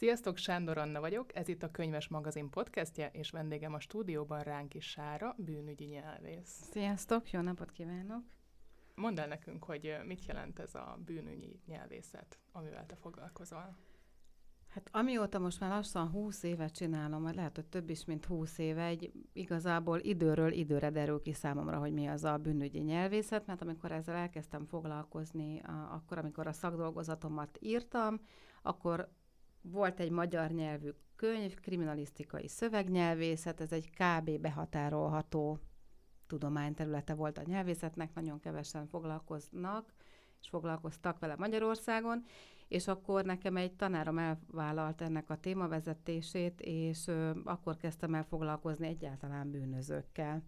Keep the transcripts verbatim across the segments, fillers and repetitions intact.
Sziasztok, Sándor Anna vagyok, ez itt a Könyves Magazin podcastje, és vendégem a stúdióban Ránki Sára, bűnügyi nyelvész. Sziasztok, jó napot kívánok! Mondd el nekünk, hogy mit jelent ez a bűnügyi nyelvészet, amivel te foglalkozol. Hát amióta most már lassan húsz évet csinálom, vagy lehet, hogy több is, mint húsz éve, egy igazából időről időre derül ki számomra, hogy mi az a bűnügyi nyelvészet, mert amikor ezzel elkezdtem foglalkozni, a, akkor, amikor a szakdolgozatomat írtam, akkor volt egy magyar nyelvű könyv, kriminalisztikai szövegnyelvészet, ez egy kb. Behatárolható tudományterülete volt a nyelvészetnek, nagyon kevesen foglalkoznak, és foglalkoztak vele Magyarországon, és akkor nekem egy tanárom elvállalt ennek a témavezetését, és ö, akkor kezdtem el foglalkozni egyáltalán bűnözőkkel.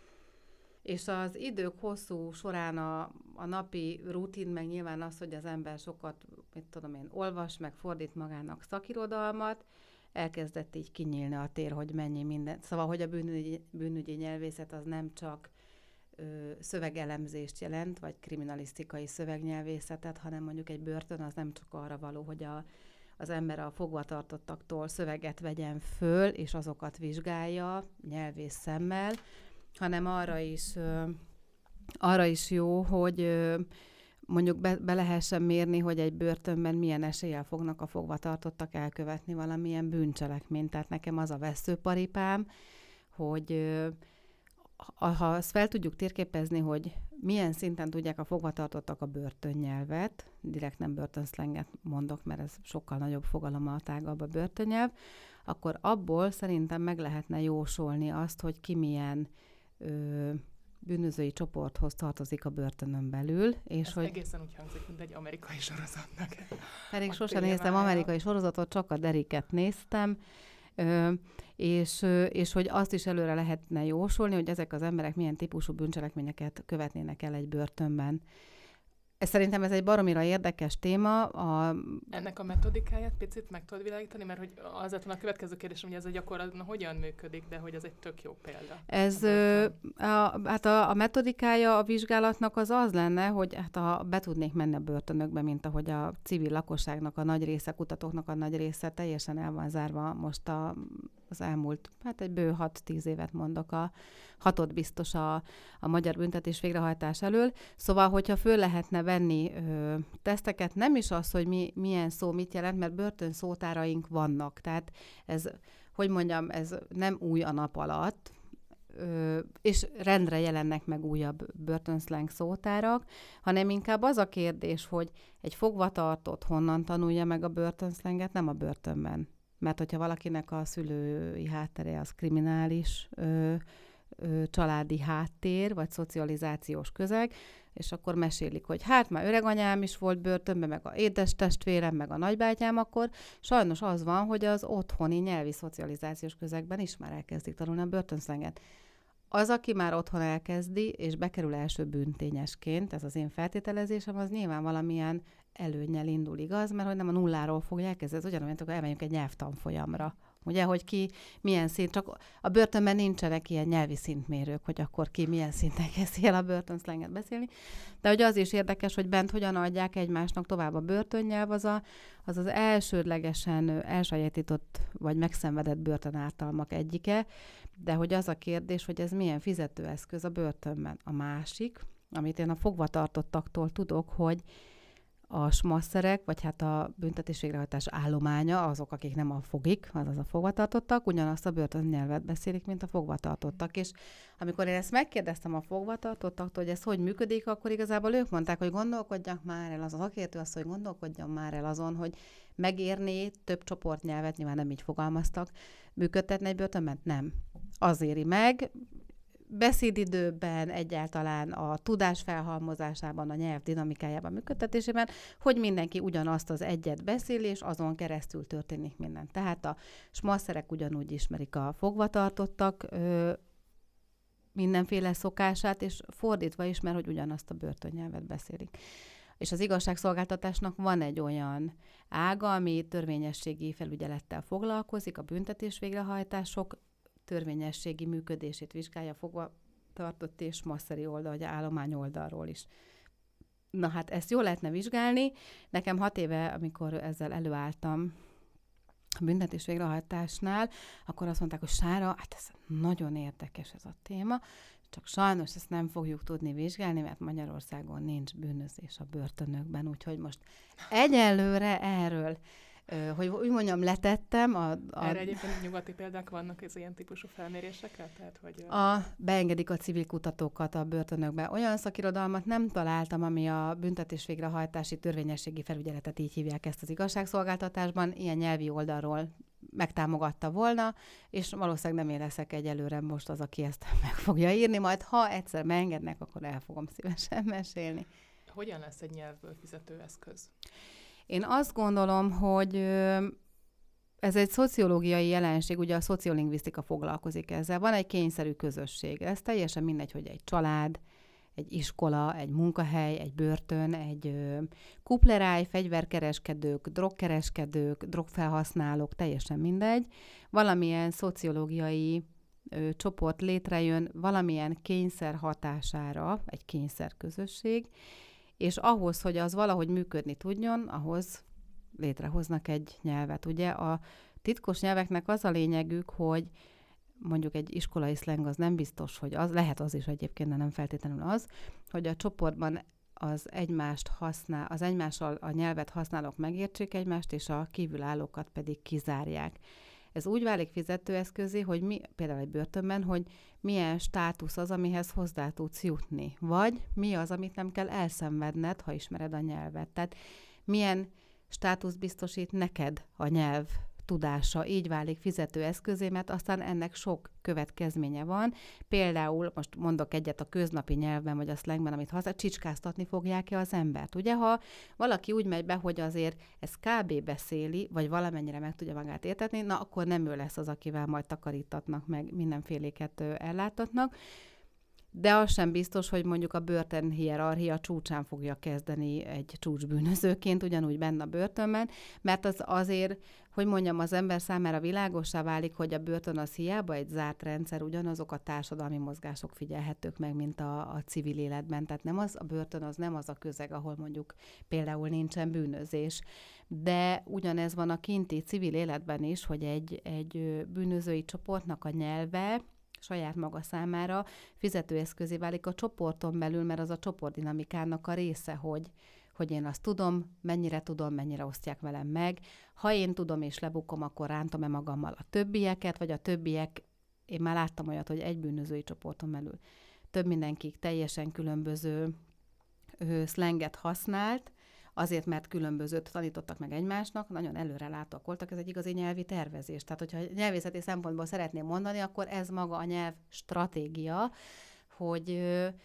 És az idők hosszú során a, a napi rutin, meg nyilván az, hogy az ember sokat, mit tudom én, olvas, meg fordít magának szakirodalmat, elkezdett így kinyílni a tér, hogy mennyi minden. Szóval, hogy a bűnügyi, bűnügyi nyelvészet az nem csak ö, szövegelemzést jelent, vagy kriminalisztikai szövegnyelvészetet, hanem mondjuk egy börtön az nem csak arra való, hogy a, az ember a fogvatartottaktól szöveget vegyen föl, és azokat vizsgálja nyelvész szemmel, hanem arra is, ö, arra is jó, hogy ö, mondjuk be, be lehessen mérni, hogy egy börtönben milyen eséllyel fognak a fogvatartottak elkövetni valamilyen bűncselekményt. Tehát nekem az a veszőparipám, hogy ha azt fel tudjuk térképezni, hogy milyen szinten tudják a fogvatartottak a börtönnyelvet, direkt nem börtönszlenget mondok, mert ez sokkal nagyobb fogalom, a tágabb a börtönnyelv, akkor abból szerintem meg lehetne jósolni azt, hogy ki milyen ö, bűnözői csoporthoz tartozik a börtönön belül. És ez hogy egészen úgy hangzik, mint egy amerikai sorozatnak. Pedig a sosem témája. néztem amerikai sorozatot, csak a Deriket néztem, ö, és, ö, és hogy azt is előre lehetne jósolni, hogy ezek az emberek milyen típusú bűncselekményeket követnének el egy börtönben. Ez szerintem ez egy baromira érdekes téma. A... Ennek a metodikáját picit meg tudod világítani, mert hogy az lett volna a következő kérdésem, hogy ez a gyakorlatban hogyan működik, de hogy ez egy tök jó példa. Ez, ö, a, hát a, a metodikája a vizsgálatnak az az lenne, hogy hát a, be tudnék menni a börtönökbe, mint ahogy a civil lakosságnak a nagy része, kutatóknak a nagy része teljesen el van zárva most a, az elmúlt, hát egy bő hat-tíz évet mondok, a hatott biztos a, a magyar büntetés végrehajtás elől. Szóval, hogyha föl lehetne venni ö, teszteket, nem is az, hogy mi, milyen szó mit jelent, mert börtön szótáraink vannak. Tehát ez, hogy mondjam, ez nem új a nap alatt, ö, és rendre jelennek meg újabb börtönszleng szótárak, hanem inkább az a kérdés, hogy egy fogvatartott honnan tanulja meg a börtönszlenget, nem a börtönben. Mert hogyha valakinek a szülői háttere az kriminális ö, ö, családi háttér, vagy szocializációs közeg, és akkor mesélik, hogy hát már öreganyám is volt börtönben, meg a édes testvérem, meg a nagybátyám, akkor sajnos az van, hogy az otthoni nyelvi szocializációs közegben is már elkezdik tanulni a börtönszlenget. Az, aki már otthon elkezdi, és bekerül első bűntényesként, ez az én feltételezésem, az nyilván valamilyen előnnyel indul, igaz? Mert hogy nem a nulláról fogja elkezdeni, ez ugyanúgy, mint akkor elmenjünk egy nyelvtanfolyamra. Ugye, hogy ki milyen szint, csak a börtönben nincsenek ilyen nyelvi szintmérők, hogy akkor ki milyen szinten kezdi el a börtönszlenget beszélni. De hogy az is érdekes, hogy bent hogyan adják egymásnak tovább a börtönnyelv, az a, az, az elsődlegesen elsajátított vagy megszenvedett börtönártalmak egyike, de hogy az a kérdés, hogy ez milyen fizetőeszköz a börtönben. A másik, amit én a fogvatartottaktól tudok, hogy a smasszerek, vagy hát a büntetésvégrehajtás állománya, azok, akik nem a fogik, azaz a fogvatartottak, ugyanazt a börtönnyelvet beszélik, mint a fogvatartottak. És amikor én ezt megkérdeztem a fogvatartottaktól, hogy ez hogy működik, akkor igazából ők mondták, hogy gondolkodjak már el azon, szakértő azt, hogy gondolkodjam már el azon, hogy megérné több csoportnyelvet, nyilván nem így fogalmaztak, működtetni egy börtönben? Nem. Az éri meg, beszédidőben, egyáltalán a tudás felhalmozásában, a nyelv dinamikájában, működtetésében, hogy mindenki ugyanazt az egyet beszél, és azon keresztül történik minden. Tehát a smasszerek ugyanúgy ismerik a fogvatartottak ö, mindenféle szokását, és fordítva is, mert hogy ugyanazt a börtönnyelvet beszélik. És az igazságszolgáltatásnak van egy olyan ága, ami törvényességi felügyelettel foglalkozik, a büntetés végrehajtások törvényességi működését vizsgálja fogva tartott és masszeri oldal, vagy állomány oldalról is. Na hát ezt jól lehetne vizsgálni. Nekem hat éve, amikor ezzel előálltam, a büntetés végrehajtásnál, akkor azt mondták, hogy Sára, hát ez nagyon érdekes ez a téma, csak sajnos ezt nem fogjuk tudni vizsgálni, mert Magyarországon nincs bűnözés a börtönökben, úgyhogy most egyelőre erről, hogy úgy mondjam, letettem. A, a, Erre egyébként nyugati példák vannak az ilyen típusú felmérésekkel? Tehát, hogy a, beengedik a civil kutatókat a börtönökbe. Olyan szakirodalmat nem találtam, ami a büntetés végrehajtási törvényességi felügyeletet, így hívják ezt az igazságszolgáltatásban, ilyen nyelvi oldalról megtámogatta volna, és valószínűleg nem én leszek egyelőre most az, aki ezt meg fogja írni, majd ha egyszer megengednek, akkor el fogom szívesen mesélni. Hogyan lesz egy nyelvből fizetőeszköz? Én azt gondolom, hogy ez egy szociológiai jelenség, ugye a szociolingvisztika foglalkozik ezzel. Van egy kényszerű közösség. Ez teljesen mindegy, hogy egy család, egy iskola, egy munkahely, egy börtön, egy kupleráj, fegyverkereskedők, drogkereskedők, drogfelhasználók, teljesen mindegy. Valamilyen szociológiai ö, csoport létrejön, valamilyen kényszer hatására, egy kényszerközösség, és ahhoz, hogy az valahogy működni tudjon, ahhoz létrehoznak egy nyelvet. Ugye a titkos nyelveknek az a lényegük, hogy mondjuk egy iskolai szleng az nem biztos, hogy az, lehet az is egyébként, de nem feltétlenül az, hogy a csoportban az egymást használ, az egymással a nyelvet használók megértsék egymást, és a kívülállókat pedig kizárják. Ez úgy válik fizetőeszközé, hogy mi, például egy börtönben, hogy milyen státusz az, amihez hozzá tudsz jutni, vagy mi az, amit nem kell elszenvedned, ha ismered a nyelvet. Tehát milyen státusz biztosít neked a nyelv tudása, így válik fizetőeszközé, mert aztán ennek sok következménye van. Például, most mondok egyet a köznapi nyelvben, vagy a szlengben, amit használ, csicskáztatni fogják-e az embert. Ugye, ha valaki úgy megy be, hogy azért ez kb. Beszéli, vagy valamennyire meg tudja magát értetni, na akkor nem ő lesz az, akivel majd takarítatnak, meg mindenféléket ellátatnak. De az sem biztos, hogy mondjuk a börtön hierarchia csúcsán fogja kezdeni egy csúcsbűnözőként, ugyanúgy benne a börtönben, mert az azért, hogy mondjam, az ember számára világossá válik, hogy a börtön az hiába egy zárt rendszer, ugyanazok a társadalmi mozgások figyelhetők meg, mint a, a civil életben. Tehát nem az, a börtön az nem az a közeg, ahol mondjuk például nincsen bűnözés. De ugyanez van a kinti civil életben is, hogy egy, egy bűnözői csoportnak a nyelve saját maga számára fizetőeszközé válik a csoporton belül, mert az a csoportdinamikának a része, hogy, hogy én azt tudom, mennyire tudom, mennyire osztják velem meg. Ha én tudom és lebukom, akkor rántom-e magammal a többieket, vagy a többiek, én már láttam olyat, hogy egy bűnözői csoporton belül több mindenki teljesen különböző ö, szlenget használt, azért, mert különbözőt tanítottak meg egymásnak, nagyon előrelátóak voltak, ez egy igazi nyelvi tervezés. Tehát, hogyha nyelvészeti szempontból szeretném mondani, akkor ez maga a nyelv stratégia, hogy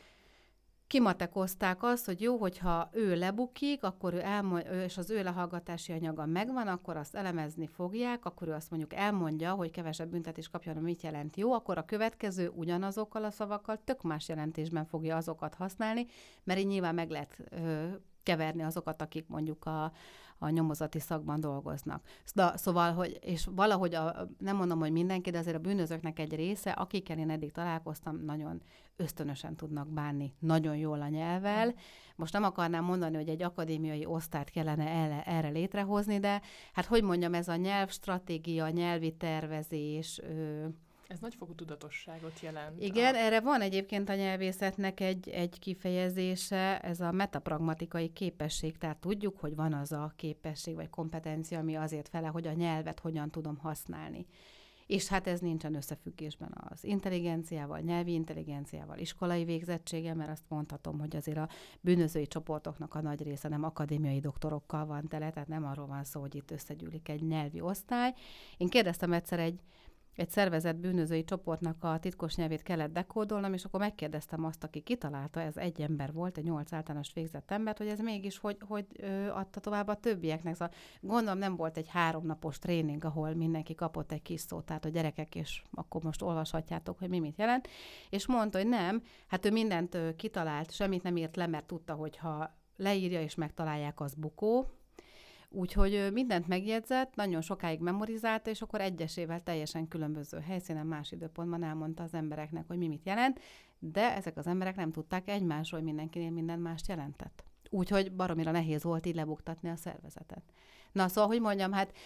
kimatekozták azt, hogy jó, hogyha ő lebukik, akkor ő elmondja, és az ő lehallgatási anyaga megvan, akkor azt elemezni fogják, akkor ő azt mondjuk elmondja, hogy kevesebb büntetés kapjon, mit jelent jó, akkor a következő ugyanazokkal a szavakkal tök más jelentésben fogja azokat használni, mert így nyilván meg lehet ö, keverni azokat, akik mondjuk a, a nyomozati szakban dolgoznak. Szóval, hogy, és valahogy, a, nem mondom, hogy mindenki, de azért a bűnözőknek egy része, akikkel én eddig találkoztam, nagyon ösztönösen tudnak bánni, nagyon jól a nyelvvel. Most nem akarnám mondani, hogy egy akadémiai osztályt kellene erre, erre létrehozni, de hát hogy mondjam, ez a nyelvstratégia, nyelvi tervezés, ö, ez nagyfokú tudatosságot jelent. Igen, a... erre van egyébként a nyelvészetnek egy, egy kifejezése, ez a metapragmatikai képesség, tehát tudjuk, hogy van az a képesség vagy kompetencia, ami azért fele, hogy a nyelvet hogyan tudom használni. És hát ez nincsen összefüggésben az intelligenciával, nyelvi intelligenciával, iskolai végzettséggel, mert azt mondhatom, hogy azért a bűnözői csoportoknak a nagy része nem akadémiai doktorokkal van tele, tehát nem arról van szó, hogy itt összegyűlik egy nyelvi osztály. Én kérdeztem egyszer egy egy szervezett bűnözői csoportnak a titkos nyelvét kellett dekódolnom, és akkor megkérdeztem azt, aki kitalálta, ez egy ember volt, egy nyolc általános végzett embert, hogy ez mégis hogy, hogy ö, adta tovább a többieknek. Szóval gondolom nem volt egy háromnapos tréning, ahol mindenki kapott egy kis szót, tehát a gyerekek, és akkor most olvashatjátok, hogy mi mit jelent. És mondta, hogy nem, hát ő mindent ö, kitalált, semmit nem írt le, mert tudta, hogy ha leírja és megtalálják, az bukó. Úgyhogy mindent megjegyzett, nagyon sokáig memorizálta, és akkor egyesével teljesen különböző helyszínen, más időpontban elmondta az embereknek, hogy mi mit jelent, de ezek az emberek nem tudták egymásról, mindenkinél minden mást jelentett. Úgyhogy baromira nehéz volt így lebuktatni a szervezetet. Na szóval, hogy mondjam, hát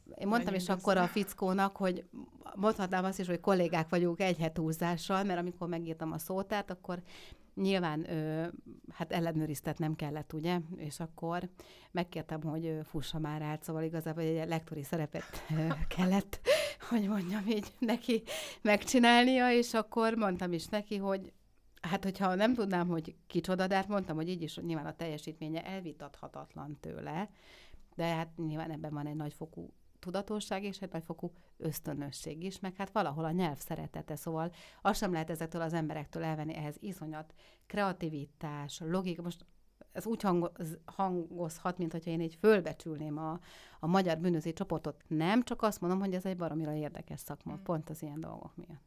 én mondtam is akkor a fickónak, hogy mondhatnám azt is, hogy kollégák vagyunk egy hetúzással, mert amikor megírtam a szótárt, akkor nyilván ö, hát ellenőriztetnem kellett, ugye? És akkor megkértem, hogy ö, fussa már át, szóval igazából egy lektori szerepet ö, kellett, hogy mondjam így, neki megcsinálnia, és akkor mondtam is neki, hogy hát, hogyha nem tudnám, hogy kicsoda, de hát mondtam, hogy így is nyilván a teljesítménye elvitathatatlan tőle, de hát nyilván ebben van egy nagyfokú tudatosság és egy nagyfokú ösztönösség is, meg hát valahol a nyelv szeretete, szóval azt sem lehet ezektől az emberektől elvenni, ehhez iszonyat kreativitás, logika, most ez úgy hangoz, hangozhat, mint hogyha én így fölbecsülném a, a magyar bűnözői csoportot. Nem, csak azt mondom, hogy ez egy baromira érdekes szakma, mm. pont az ilyen dolgok miatt.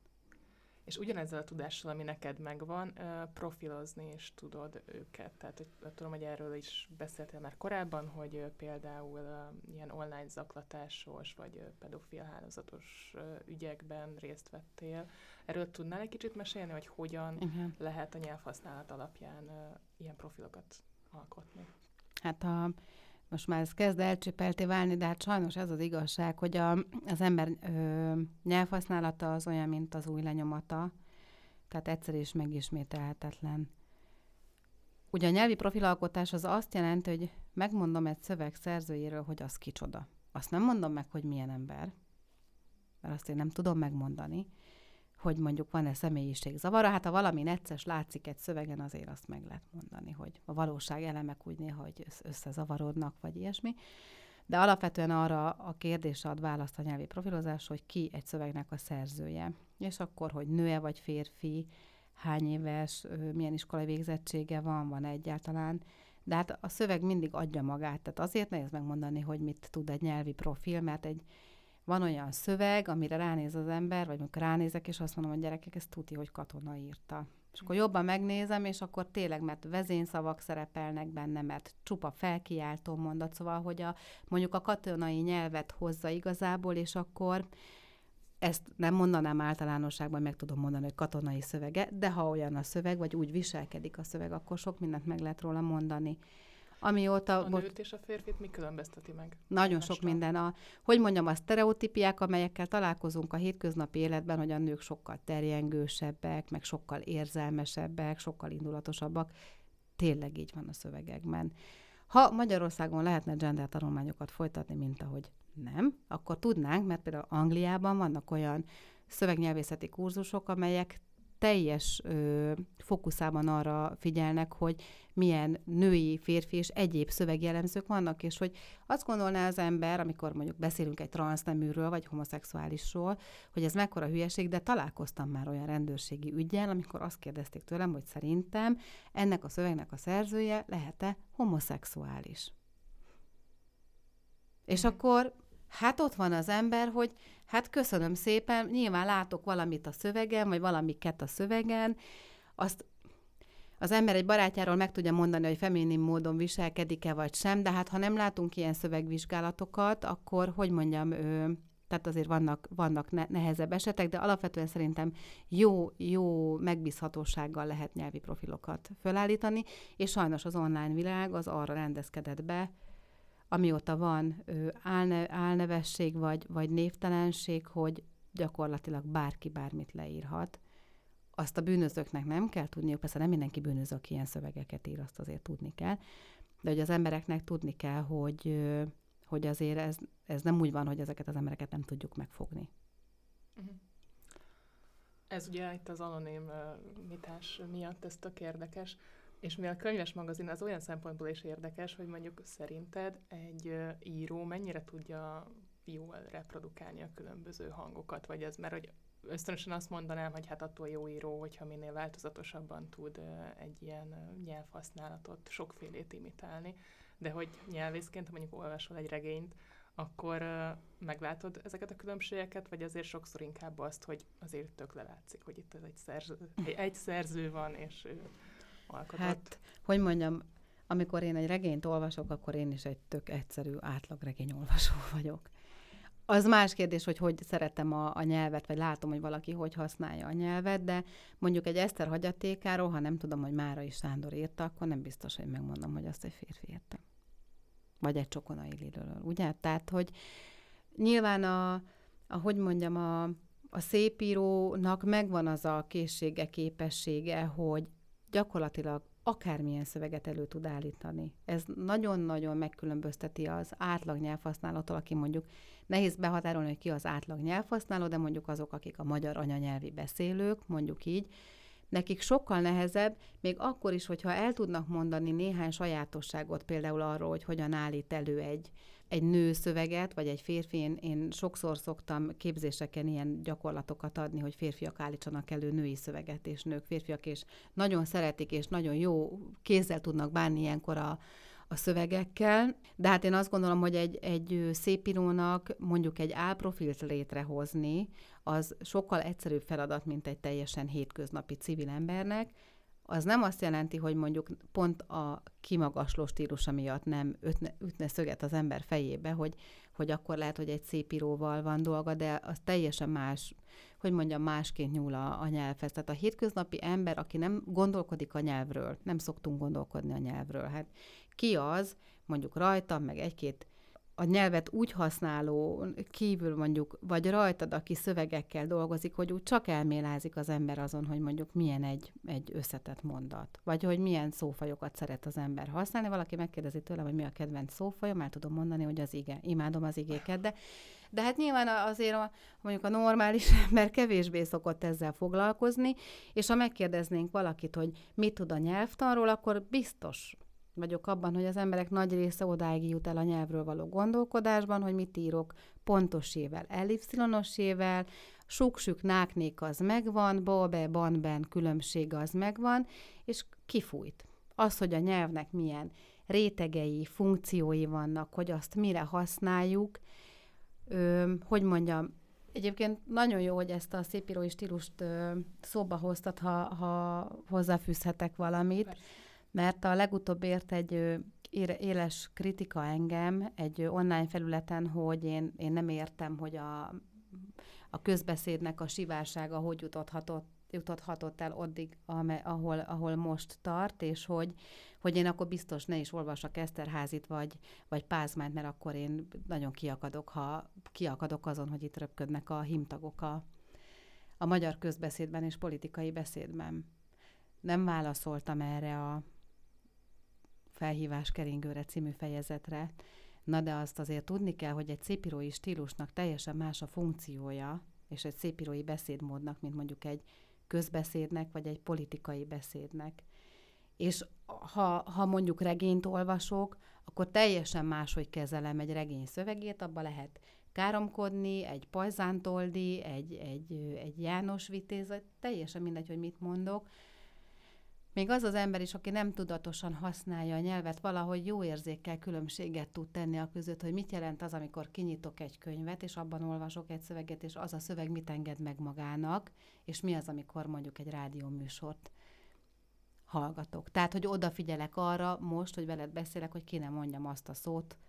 És ugyanezzel a tudással, ami neked megvan, profilozni is tudod őket. Tehát hogy, tudom, hogy erről is beszéltél már korábban, hogy például ilyen online zaklatásos vagy pedofil hálózatos ügyekben részt vettél. Erről tudnál egy kicsit mesélni, hogy hogyan Igen. lehet a nyelvhasználat alapján ilyen profilokat alkotni? Hát a... Most már ez kezd elcsépelté válni, de hát sajnos ez az igazság, hogy a, az ember ö, nyelvhasználata az olyan, mint az új lenyomata, tehát egyszer is megismételhetetlen. Ugye a nyelvi profilalkotás az azt jelenti, hogy megmondom egy szöveg szerzőjéről, hogy az kicsoda. Azt nem mondom meg, hogy milyen ember, mert azt én nem tudom megmondani, hogy mondjuk van-e személyiségzavara. Hát ha valami necces látszik egy szövegen, azért azt meg lehet mondani, hogy a valóság elemek úgy néha, hogy összezavarodnak, vagy ilyesmi. De alapvetően arra a kérdésre ad választ a nyelvi profilozás, hogy ki egy szövegnek a szerzője. És akkor, hogy nő-e vagy férfi, hány éves, milyen iskolai végzettsége van, van egyáltalán. De hát a szöveg mindig adja magát. Tehát azért nehéz megmondani, hogy mit tud egy nyelvi profil, mert egy van olyan szöveg, amire ránéz az ember, vagy amikor ránézek, és azt mondom, hogy gyerekek, ez tuti, hogy katona írta. És akkor jobban megnézem, és akkor tényleg, mert vezényszavak szerepelnek benne, mert csupa felkiáltó mondat, szóval, hogy a, mondjuk a katonai nyelvet hozza igazából, és akkor ezt nem mondanám általánosságban, meg tudom mondani, hogy katonai szövege, de ha olyan a szöveg, vagy úgy viselkedik a szöveg, akkor sok mindent meg lehet róla mondani. Amióta, a nőt és a férfit mi különbözteti meg? Nagyon sok minden. A, hogy mondjam, a sztereotípiák, amelyekkel találkozunk a hétköznapi életben, hogy a nők sokkal terjengősebbek, meg sokkal érzelmesebbek, sokkal indulatosabbak. Tényleg így van a szövegekben. Ha Magyarországon lehetne gender tanulmányokat folytatni, mint ahogy nem, akkor tudnánk, mert például Angliában vannak olyan szövegnyelvészeti kurzusok, amelyek teljes ö, fókuszában arra figyelnek, hogy milyen női, férfi és egyéb szövegjellemzők vannak, és hogy azt gondolná az ember, amikor mondjuk beszélünk egy transzneműről, vagy homoszexuálisról, hogy ez mekkora hülyeség, de találkoztam már olyan rendőrségi üggyel, amikor azt kérdezték tőlem, hogy szerintem ennek a szövegnek a szerzője lehet-e homoszexuális. És mm. akkor hát ott van az ember, hogy hát köszönöm szépen, nyilván látok valamit a szövegen, vagy valamiket a szövegen, azt az ember egy barátjáról meg tudja mondani, hogy feminin módon viselkedik-e, vagy sem, de hát ha nem látunk ilyen szövegvizsgálatokat, akkor, hogy mondjam, ő, tehát azért vannak, vannak ne- nehezebb esetek, de alapvetően szerintem jó, jó megbízhatósággal lehet nyelvi profilokat fölállítani, és sajnos az online világ az arra rendezkedett be, amióta van ö, álne, álnevesség vagy, vagy névtelenség, hogy gyakorlatilag bárki bármit leírhat. Azt a bűnözőknek nem kell tudniuk, persze nem mindenki bűnöző, aki ilyen szövegeket ír, azt azért tudni kell, de hogy az embereknek tudni kell, hogy, ö, hogy azért ez, ez nem úgy van, hogy ezeket az embereket nem tudjuk megfogni. Uh-huh. Ez ugye itt az anonimitás miatt, ez tök érdekes. És mivel a könyves magazin az olyan szempontból is érdekes, hogy mondjuk szerinted egy uh, író mennyire tudja jól reprodukálni a különböző hangokat, vagy ez, mert hogy ösztönösen azt mondanám, hogy hát attól jó író, hogyha minél változatosabban tud uh, egy ilyen uh, nyelvhasználatot, sokfélét imitálni, de hogy nyelvészként, ha mondjuk olvasol egy regényt, akkor uh, meglátod ezeket a különbségeket, vagy azért sokszor inkább azt, hogy azért tök lelátszik, hogy itt ez egy szerző, egy szerző van, és ő alkotott. Hát, hogy mondjam, amikor én egy regényt olvasok, akkor én is egy tök egyszerű átlagregényolvasó vagyok. Az más kérdés, hogy hogy szeretem a, a nyelvet, vagy látom, hogy valaki hogy használja a nyelvet, de mondjuk egy Eszter hagyatékáról, ha nem tudom, hogy Márai Sándor írta, akkor nem biztos, hogy megmondom, hogy azt egy férfi írta. Vagy egy Csokonai Lilőről, ugye? Tehát, hogy Nyilván a, ahogy mondjam, a, a szépírónak megvan az a készsége, képessége, hogy gyakorlatilag akármilyen szöveget elő tud állítani. Ez nagyon-nagyon megkülönbözteti az átlag nyelvhasználattól, aki mondjuk nehéz behatárolni, hogy ki az átlag nyelvhasználó, de mondjuk azok, akik a magyar anyanyelvi beszélők, mondjuk így, nekik sokkal nehezebb, még akkor is, hogyha el tudnak mondani néhány sajátosságot, például arról, hogy hogyan állít elő egy, egy nő szöveget, vagy egy férfi. Én, én sokszor szoktam képzéseken ilyen gyakorlatokat adni, hogy férfiak állítsanak elő női szöveget, és nők férfiak, és nagyon szeretik, és nagyon jó kézzel tudnak bánni ilyenkor a, a szövegekkel. De hát én azt gondolom, hogy egy, egy szépírónak mondjuk egy álprofilt létrehozni, az sokkal egyszerűbb feladat, mint egy teljesen hétköznapi civil embernek. Az nem azt jelenti, hogy mondjuk pont a kimagasló stílusa miatt nem ütne, ütne szöget az ember fejébe, hogy, hogy akkor lehet, hogy egy szépíróval van dolga, de az teljesen más, hogy mondjam, másként nyúl a, a nyelvhez. Tehát a hétköznapi ember, aki nem gondolkodik a nyelvről, nem szoktunk gondolkodni a nyelvről. Hát ki az, mondjuk rajtam, meg egy-két a nyelvet úgy használó kívül mondjuk, vagy rajtad, aki szövegekkel dolgozik, hogy úgy csak elmélázik az ember azon, hogy mondjuk milyen egy, egy összetett mondat, vagy hogy milyen szófajokat szeret az ember használni. Valaki megkérdezi tőlem, hogy mi a kedvenc szófajom, már tudom mondani, hogy az ige. Imádom az igéket, de, de hát nyilván azért a, mondjuk a normális ember kevésbé szokott ezzel foglalkozni, és ha megkérdeznénk valakit, hogy mit tud a nyelvtanról, akkor biztos vagyok abban, hogy az emberek nagy része odáig jut el a nyelvről való gondolkodásban, hogy mit írok pontosével, ellipszilonosével, suksük, náknék az megvan, balbe, banben különbség az megvan, és kifújt. Az, hogy a nyelvnek milyen rétegei, funkciói vannak, hogy azt mire használjuk, ö, hogy mondjam, egyébként nagyon jó, hogy ezt a szépírói stílust ö, szóba hoztat, ha, ha hozzáfűzhetek valamit. Persze. Mert a legutóbb ért egy éles kritika engem egy online felületen, hogy én, én nem értem, hogy a, a közbeszédnek a sivársága hogy jutothatott, jutothatott el addig, ahol, ahol most tart, és hogy, hogy én akkor biztos ne is olvassak Eszterházit, vagy, vagy Pázmányt, mert akkor én nagyon kiakadok, ha kiakadok azon, hogy itt röpködnek a hímtagok a, a magyar közbeszédben és politikai beszédben. Nem válaszoltam erre a Felhívás keringőre című fejezetre. Na de azt azért tudni kell, hogy egy szépírói stílusnak teljesen más a funkciója, és egy szépírói beszédmódnak, mint mondjuk egy közbeszédnek, vagy egy politikai beszédnek. És ha, ha mondjuk regényt olvasok, akkor teljesen máshogy kezelem egy regény szövegét, abba lehet káromkodni, egy Pajzántoldi, egy, egy, egy János Vitéz, teljesen mindegy, hogy mit mondok. Még az az ember is, aki nem tudatosan használja a nyelvet, valahogy jó érzékkel különbséget tud tenni a között, hogy mit jelent az, amikor kinyitok egy könyvet, és abban olvasok egy szöveget, és az a szöveg mit enged meg magának, és mi az, amikor mondjuk egy rádióműsort hallgatok. Tehát, hogy odafigyelek arra most, hogy veled beszélek, hogy ki nem mondjam azt a szót,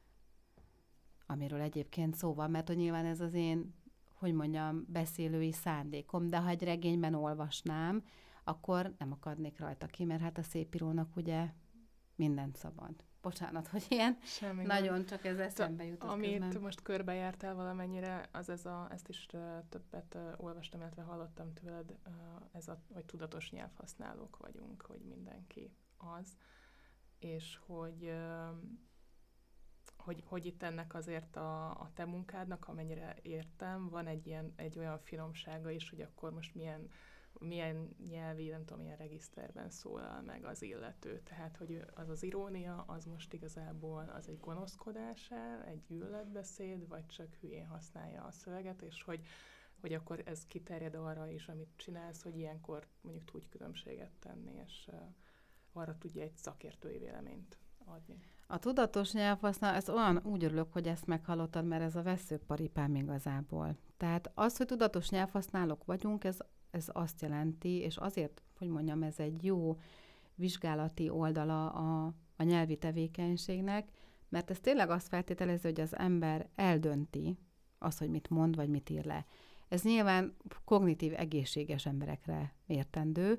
amiről egyébként szó van, mert hogy nyilván ez az én, hogy mondjam, beszélői szándékom, de ha egy regényben olvasnám, akkor nem akadnék rajta ki, mert hát a szépírónak ugye mindent szabad. Bocsánat, hogy ilyen Semmi nagyon nem. Csak ez eszembe jutott Amit közben. most körbejártál valamennyire, az ez a, ezt is uh, többet uh, olvastam, illetve hallottam tőled, uh, ez a, hogy tudatos nyelvhasználók vagyunk, hogy mindenki az, és hogy, uh, hogy, hogy itt ennek azért a, a te munkádnak, amennyire értem, van egy, ilyen, egy olyan finomsága is, hogy akkor most milyen milyen nyelvi, nem tudom, milyen regiszterben szólal meg az illető. Tehát, hogy az az irónia, az most igazából az egy gonoszkodás, egy gyűlöletbeszéd, vagy csak hülyén használja a szöveget, és hogy, hogy akkor ez kiterjed arra is, amit csinálsz, hogy ilyenkor mondjuk tudj különbséget tenni, és uh, arra tudja egy szakértői véleményt adni. A tudatos nyelvhasználat, ez olyan, úgy örülök, hogy ezt meghallottad, mert ez a veszőparipám igazából. Tehát az, hogy tudatos nyelvhasználók vagyunk, ez Ez azt jelenti, és azért, hogy mondjam, ez egy jó vizsgálati oldala a, a nyelvi tevékenységnek, mert ez tényleg azt feltételezi, hogy az ember eldönti azt, hogy mit mond, vagy mit ír le. Ez nyilván kognitív egészséges emberekre értendő,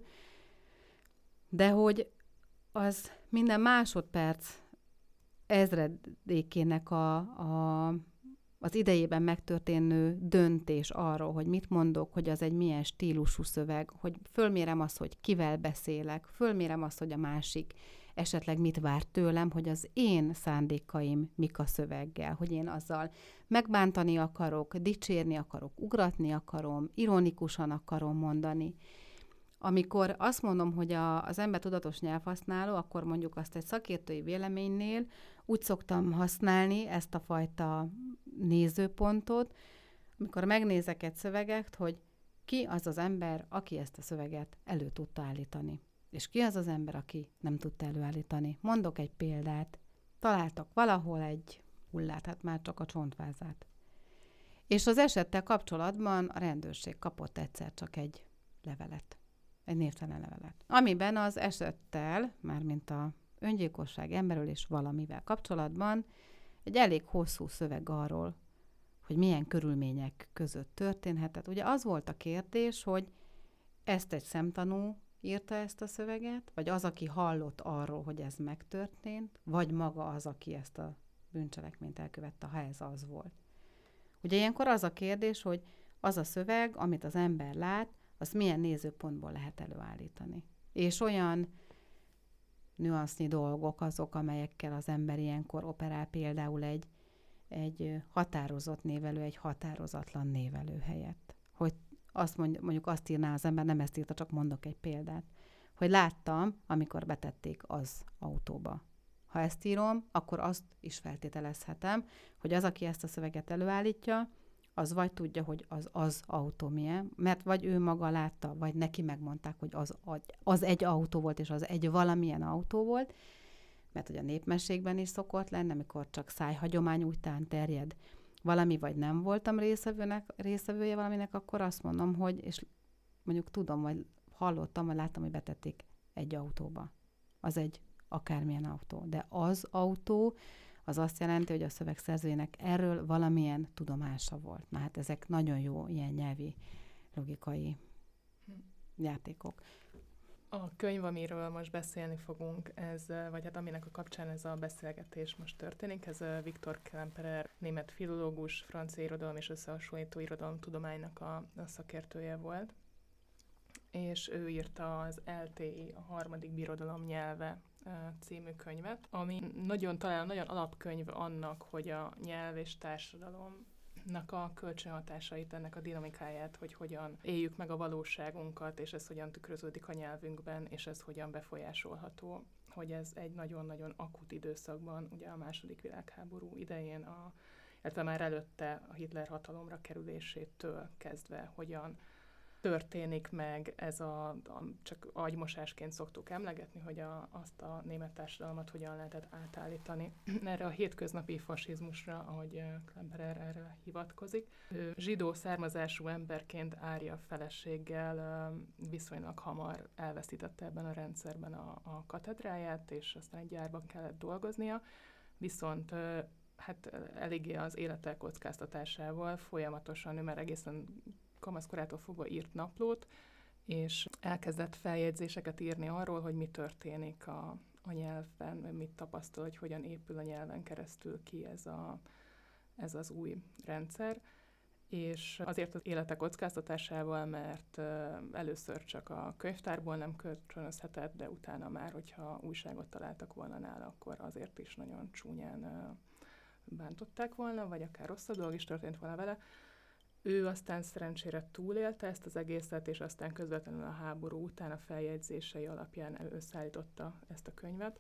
de hogy az minden másodperc ezredékének a, a az idejében megtörténő döntés arról, hogy mit mondok, hogy az egy milyen stílusú szöveg, hogy fölmérem azt, hogy kivel beszélek, fölmérem azt, hogy a másik esetleg mit vár tőlem, hogy az én szándékaim mik a szöveggel, hogy én azzal megbántani akarok, dicsérni akarok, ugratni akarom, ironikusan akarom mondani. Amikor azt mondom, hogy a, az ember tudatos nyelvhasználó, akkor mondjuk azt egy szakértői véleménynél úgy szoktam használni ezt a fajta nézőpontot, amikor megnézek egy szöveget, hogy ki az az ember, aki ezt a szöveget elő tudta állítani. És ki az az ember, aki nem tudta előállítani. Mondok egy példát. Találtak valahol egy hullát, hát már csak a csontvázát. És az esettel kapcsolatban a rendőrség kapott egyszer csak egy levelet. Egy névtelen levelet. Amiben az esettel, mármint a öngyilkosság, emberölés valamivel kapcsolatban egy elég hosszú szöveg arról, hogy milyen körülmények között történhetett. Ugye az volt a kérdés, hogy ezt egy szemtanú írta ezt a szöveget, vagy az, aki hallott arról, hogy ez megtörtént, vagy maga az, aki ezt a bűncselekményt elkövette, ha ez az volt. Ugye ilyenkor az a kérdés, hogy az a szöveg, amit az ember lát, azt milyen nézőpontból lehet előállítani. És olyan nüansznyi dolgok azok, amelyekkel az ember ilyenkor operál, például egy, egy határozott névelő, egy határozatlan névelő helyett. Hogy azt mondja, mondjuk azt írná az ember, nem ezt írta, csak mondok egy példát, hogy láttam, amikor betették az autóba. Ha ezt írom, akkor azt is feltételezhetem, hogy az, aki ezt a szöveget előállítja, az vagy tudja, hogy az az autó milyen, mert vagy ő maga látta, vagy neki megmondták, hogy az, az egy autó volt, és az egy valamilyen autó volt, mert hogy a népmesékben is szokott lenni, amikor csak szájhagyomány után terjed valami, vagy nem voltam részevőnek, részevője valaminek, akkor azt mondom, hogy, és mondjuk tudom, vagy hallottam, vagy láttam, hogy betették egy autóba. Az egy akármilyen autó. De az autó, az azt jelenti, hogy a szövegszerzőjének erről valamilyen tudomása volt. Na hát ezek nagyon jó ilyen nyelvi, logikai játékok. A könyv, amiről most beszélni fogunk, ez, vagy hát aminek a kapcsán ez a beszélgetés most történik, ez Viktor Klemperer, német filológus, francia irodalom és összehasonlító irodalomtudománynak a, a szakértője volt, és ő írta az el té i, a harmadik birodalom nyelve című könyvet, ami nagyon talán nagyon alapkönyv annak, hogy a nyelv és társadalomnak a kölcsönhatásait, ennek a dinamikáját, hogy hogyan éljük meg a valóságunkat, és ez hogyan tükröződik a nyelvünkben, és ez hogyan befolyásolható, hogy ez egy nagyon-nagyon akut időszakban, ugye a második világháború idején, a, illetve már előtte a Hitler hatalomra kerülésétől kezdve, hogyan történik meg ez a, a csak agymosásként szoktuk emlegetni, hogy a, azt a német társadalmat hogyan lehetett átállítani erre a hétköznapi fasizmusra, ahogy Klemperer erre hivatkozik. Ő zsidó származású emberként Ária feleséggel viszonylag hamar elveszítette ebben a rendszerben a, a katedráját, és aztán egy gyárban kellett dolgoznia, viszont hát eléggé az élete kockáztatásával folyamatosan, ő már egészen kamaszkorától fogva írt naplót, és elkezdett feljegyzéseket írni arról, hogy mi történik a, a nyelvben, mit tapasztal, hogy hogyan épül a nyelven keresztül ki ez, a, ez az új rendszer. És azért az élete kockáztatásával, mert először csak a könyvtárból nem kölcsönözhetett, de utána már, hogyha újságot találtak volna nála, akkor azért is nagyon csúnyán bántották volna, vagy akár rosszabb dolog is történt volna vele. Ő aztán szerencsére túlélte ezt az egészet, és aztán közvetlenül a háború után a feljegyzései alapján összeállította ezt a könyvet,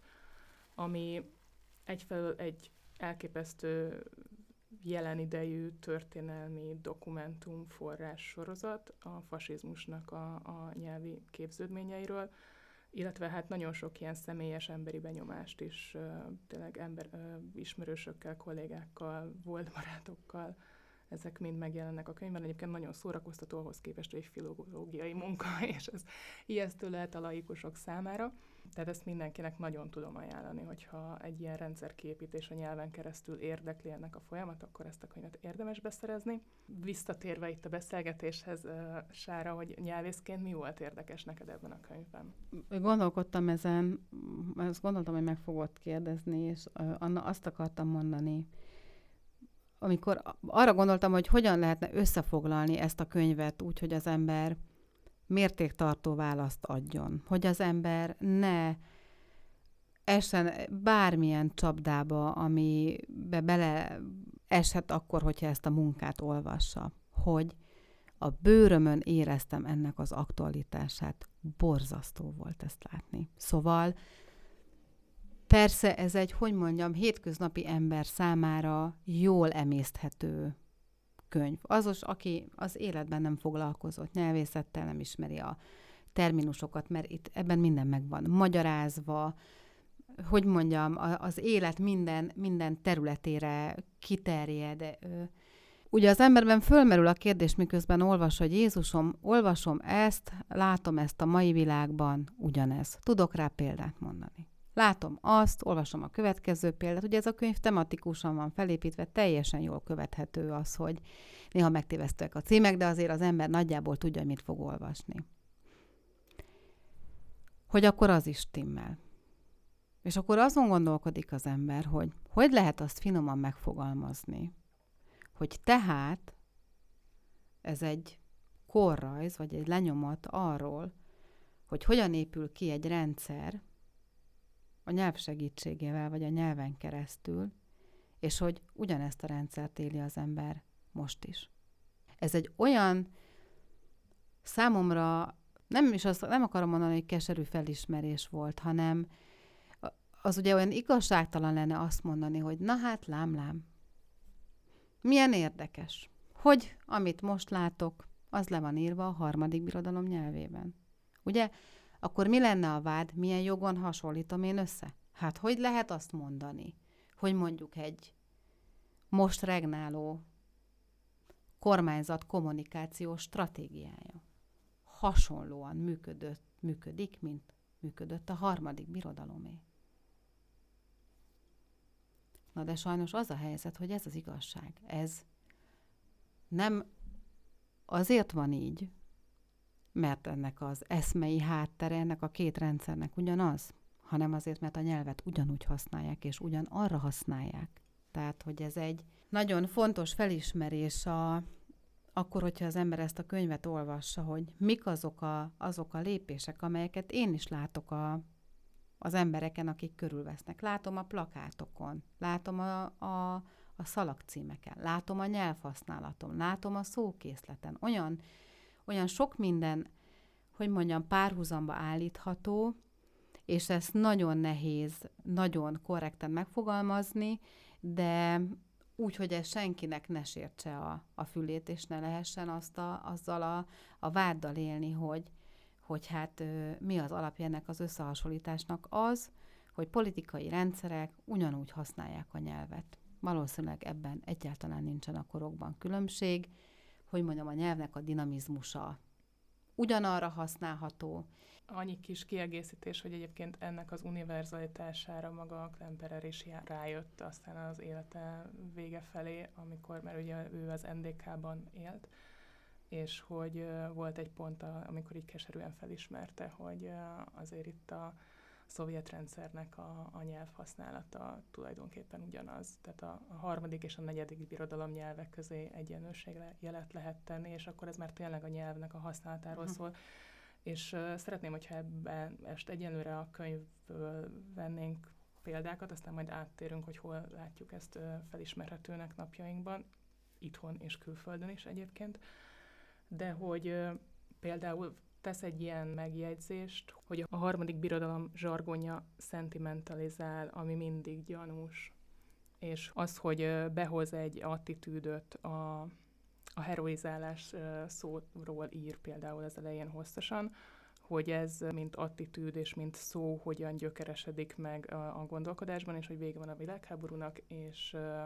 ami egyfelől egy elképesztő jelen idejű történelmi dokumentum forrás sorozat a fasizmusnak a, a nyelvi képződményeiről, illetve hát nagyon sok ilyen személyes emberi benyomást is, tényleg ember, ismerősökkel, kollégákkal, volt barátokkal, ezek mind megjelennek a könyvben. Egyébként nagyon szórakoztató ahhoz képest, hogy egy filológiai munka, és ez ijesztő lehet a laikusok számára. Tehát ezt mindenkinek nagyon tudom ajánlani, hogyha egy ilyen rendszerkiépítés a nyelven keresztül érdekli ennek a folyamat, akkor ezt a könyvet érdemes beszerezni. Visszatérve itt a beszélgetéshez, Sára, hogy nyelvészként mi volt érdekes neked ebben a könyvben? Gondolkodtam ezen, azt gondoltam, hogy meg fogod kérdezni, és Anna, azt akartam mondani, amikor arra gondoltam, hogy hogyan lehetne összefoglalni ezt a könyvet úgy, hogy az ember mértéktartó választ adjon, hogy az ember ne essen bármilyen csapdába, amibe bele eshet akkor, hogyha ezt a munkát olvassa, hogy a bőrömön éreztem ennek az aktualitását. Borzasztó volt ezt látni. Szóval persze ez egy, hogy mondjam, hétköznapi ember számára jól emészthető könyv. Azos, aki az életben nem foglalkozott nyelvészettel, nem ismeri a terminusokat, mert itt ebben minden meg van magyarázva, hogy mondjam, az élet minden, minden területére kiterjed. Ugye az emberben fölmerül a kérdés, miközben olvas, hogy Jézusom, olvasom ezt, látom ezt a mai világban, ugyanez. Tudok rá példát mondani. Látom azt, olvasom a következő példát. Ugye ez a könyv tematikusan van felépítve, teljesen jól követhető az, hogy néha megtévesztőek a címek, de azért az ember nagyjából tudja, mit fog olvasni. Hogy akkor az is stimmel. És akkor azon gondolkodik az ember, hogy hogy lehet azt finoman megfogalmazni, hogy tehát ez egy korrajz, vagy egy lenyomat arról, hogy hogyan épül ki egy rendszer a nyelv segítségével, vagy a nyelven keresztül, és hogy ugyanezt a rendszert éli az ember most is. Ez egy olyan számomra, nem is azt, nem akarom mondani, hogy keserű felismerés volt, hanem az ugye olyan igazságtalan lenne azt mondani, hogy na hát, lám, lám. Milyen érdekes, hogy amit most látok, az le van írva a harmadik birodalom nyelvében. Ugye? Akkor mi lenne a vád, milyen jogon hasonlítom én össze? Hát hogy lehet azt mondani, hogy mondjuk egy most regnáló kormányzat kommunikációs stratégiája hasonlóan működött, működik, mint működött a harmadik birodalomé. Na de sajnos az a helyzet, hogy ez az igazság. Ez nem azért van így, mert ennek az eszmei háttere, ennek a két rendszernek ugyanaz, hanem azért, mert a nyelvet ugyanúgy használják, és ugyan arra használják. Tehát, hogy ez egy nagyon fontos felismerés a, akkor, hogyha az ember ezt a könyvet olvassa, hogy mik azok a, azok a lépések, amelyeket én is látok a az embereken, akik körülvesznek. Látom a plakátokon, látom a, a, a szalagcímeken, látom a nyelvhasználaton, látom a szókészleten. Olyan, olyan sok minden, hogy mondjam, párhuzamba állítható, és ezt nagyon nehéz, nagyon korrekten megfogalmazni, de úgy, hogy ez senkinek ne sértse a, a fülét, és ne lehessen azt a, azzal a, a váddal élni, hogy hogy hát mi az alapja ennek az összehasonlításnak az, hogy politikai rendszerek ugyanúgy használják a nyelvet. Valószínűleg ebben egyáltalán nincsen a korokban különbség, hogy mondjam, a nyelvnek a dinamizmusa ugyanarra használható. Annyi kis kiegészítés, hogy egyébként ennek az univerzalitására maga a Klemperer is rájött aztán az élete vége felé, amikor, mert ugye ő az en dé ká-ban élt, és hogy uh, volt egy pont, a, amikor így keserűen felismerte, hogy uh, azért itt a szovjet rendszernek a, a nyelvhasználata tulajdonképpen ugyanaz. Tehát a, a harmadik és a negyedik birodalom nyelvek közé egyenlőségjelet lehet tenni, és akkor ez már tényleg a nyelvnek a használatáról uh-huh. szól. És uh, szeretném, hogyha ebben est egyenlőre a könyvből vennénk példákat, aztán majd áttérünk, hogy hol látjuk ezt uh, felismerhetőnek napjainkban, itthon és külföldön is egyébként. De hogy uh, például tesz egy ilyen megjegyzést, hogy a harmadik birodalom zsargonja szentimentalizál, ami mindig gyanús. És az, hogy uh, behoz egy attitűdöt, a, a heroizálás uh, szóról ír például az elején hosszasan, hogy ez mint attitűd és mint szó hogyan gyökeresedik meg a, a gondolkodásban, és hogy vége van a világháborúnak, és uh,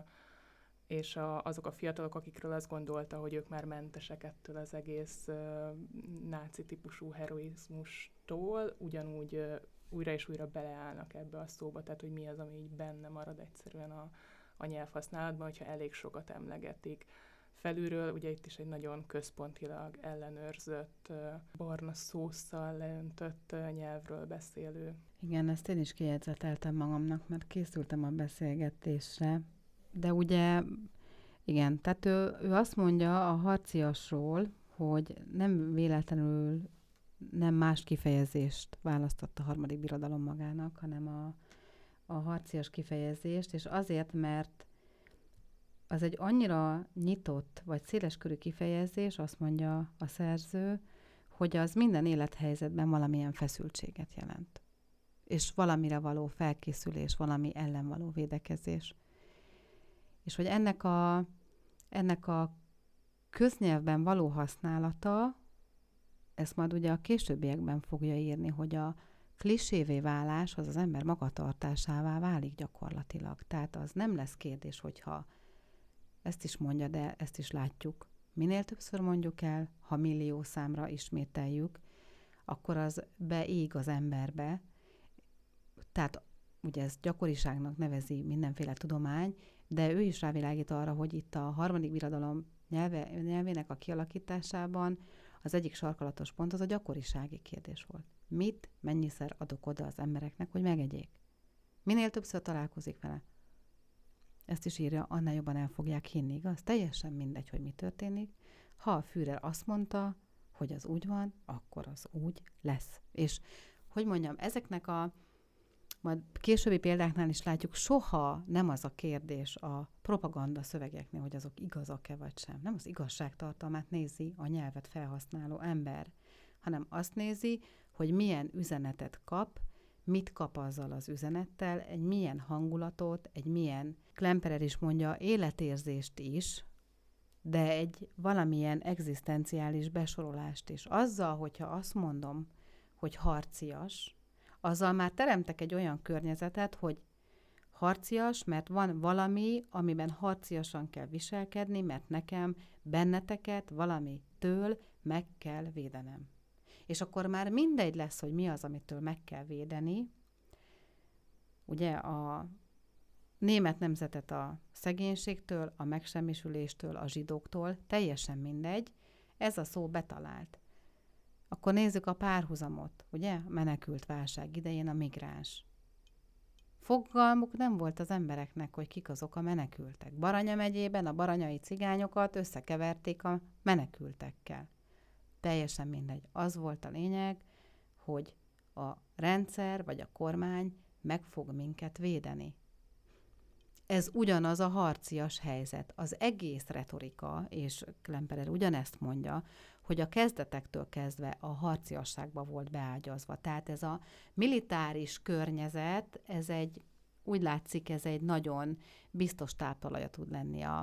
és a, azok a fiatalok, akikről azt gondolta, hogy ők már mentesek ettől az egész uh, náci típusú heroizmustól, ugyanúgy uh, újra és újra beleállnak ebbe a szóba, tehát hogy mi az, ami így benne marad egyszerűen a, a nyelvhasználatban, hogyha elég sokat emlegetik. Felülről ugye itt is egy nagyon központilag ellenőrzött, uh, barna szósszal leöntött uh, nyelvről beszélő. Igen, ezt én is kijegyzeteltem magamnak, mert készültem a beszélgetésre. De ugye Igen, tehát ő, ő azt mondja a harciasról, hogy nem véletlenül nem más kifejezést választott a harmadik birodalom magának, hanem a, a harcias kifejezést, és azért, mert az egy annyira nyitott, vagy széleskörű kifejezés, azt mondja a szerző, hogy az minden élethelyzetben valamilyen feszültséget jelent. És valamire való felkészülés, valami ellen való védekezés. És hogy ennek a, ennek a köznyelvben való használata, ezt majd ugye a későbbiekben fogja írni, hogy a klisévé válás az az ember magatartásává válik gyakorlatilag. Tehát az nem lesz kérdés, hogyha ezt is mondja, de ezt is látjuk. Minél többször mondjuk el, ha millió számra ismételjük, akkor az beég az emberbe. Tehát ugye ez gyakoriságnak nevezi mindenféle tudomány, de ő is rávilágít arra, hogy itt a harmadik birodalom nyelve, nyelvének a kialakításában az egyik sarkalatos pont az a gyakorisági kérdés volt. Mit, mennyiszer adok oda az embereknek, hogy megegyék? Minél többször találkozik vele? Ezt is írja, annál jobban el fogják hinni, igaz? Teljesen mindegy, hogy mi történik. Ha a Führer azt mondta, hogy az úgy van, akkor az úgy lesz. És, hogy mondjam, ezeknek a majd későbbi példáknál is látjuk, soha nem az a kérdés a propaganda szövegeknél, hogy azok igazak-e vagy sem. Nem az igazságtartalmát nézi a nyelvet felhasználó ember, hanem azt nézi, hogy milyen üzenetet kap, mit kap azzal az üzenettel, egy milyen hangulatot, egy milyen, Klemperer is mondja, életérzést is, de egy valamilyen egzisztenciális besorolást is. Azzal, hogyha azt mondom, hogy harcias, azzal már teremtek egy olyan környezetet, hogy harcias, mert van valami, amiben harciasan kell viselkedni, mert nekem benneteket valamitől meg kell védenem. És akkor már mindegy lesz, hogy mi az, amitől meg kell védeni. Ugye a német nemzetet a szegénységtől, a megsemmisüléstől, a zsidóktól, teljesen mindegy, ez a szó betalált. Akkor nézzük a párhuzamot, ugye? A menekült válság idején a migráns. Fogalmuk nem volt az embereknek, hogy kik azok a menekültek. Baranya megyében a baranyai cigányokat összekeverték a menekültekkel. Teljesen mindegy. Az volt a lényeg, hogy a rendszer vagy a kormány meg fog minket védeni. Ez ugyanaz a harcias helyzet. Az egész retorika, és Klemperer ugyanezt mondja, hogy a kezdetektől kezdve a harciasságba volt beágyazva. Tehát ez a militáris környezet, ez egy, úgy látszik, ez egy nagyon biztos táptalaja tud lenni a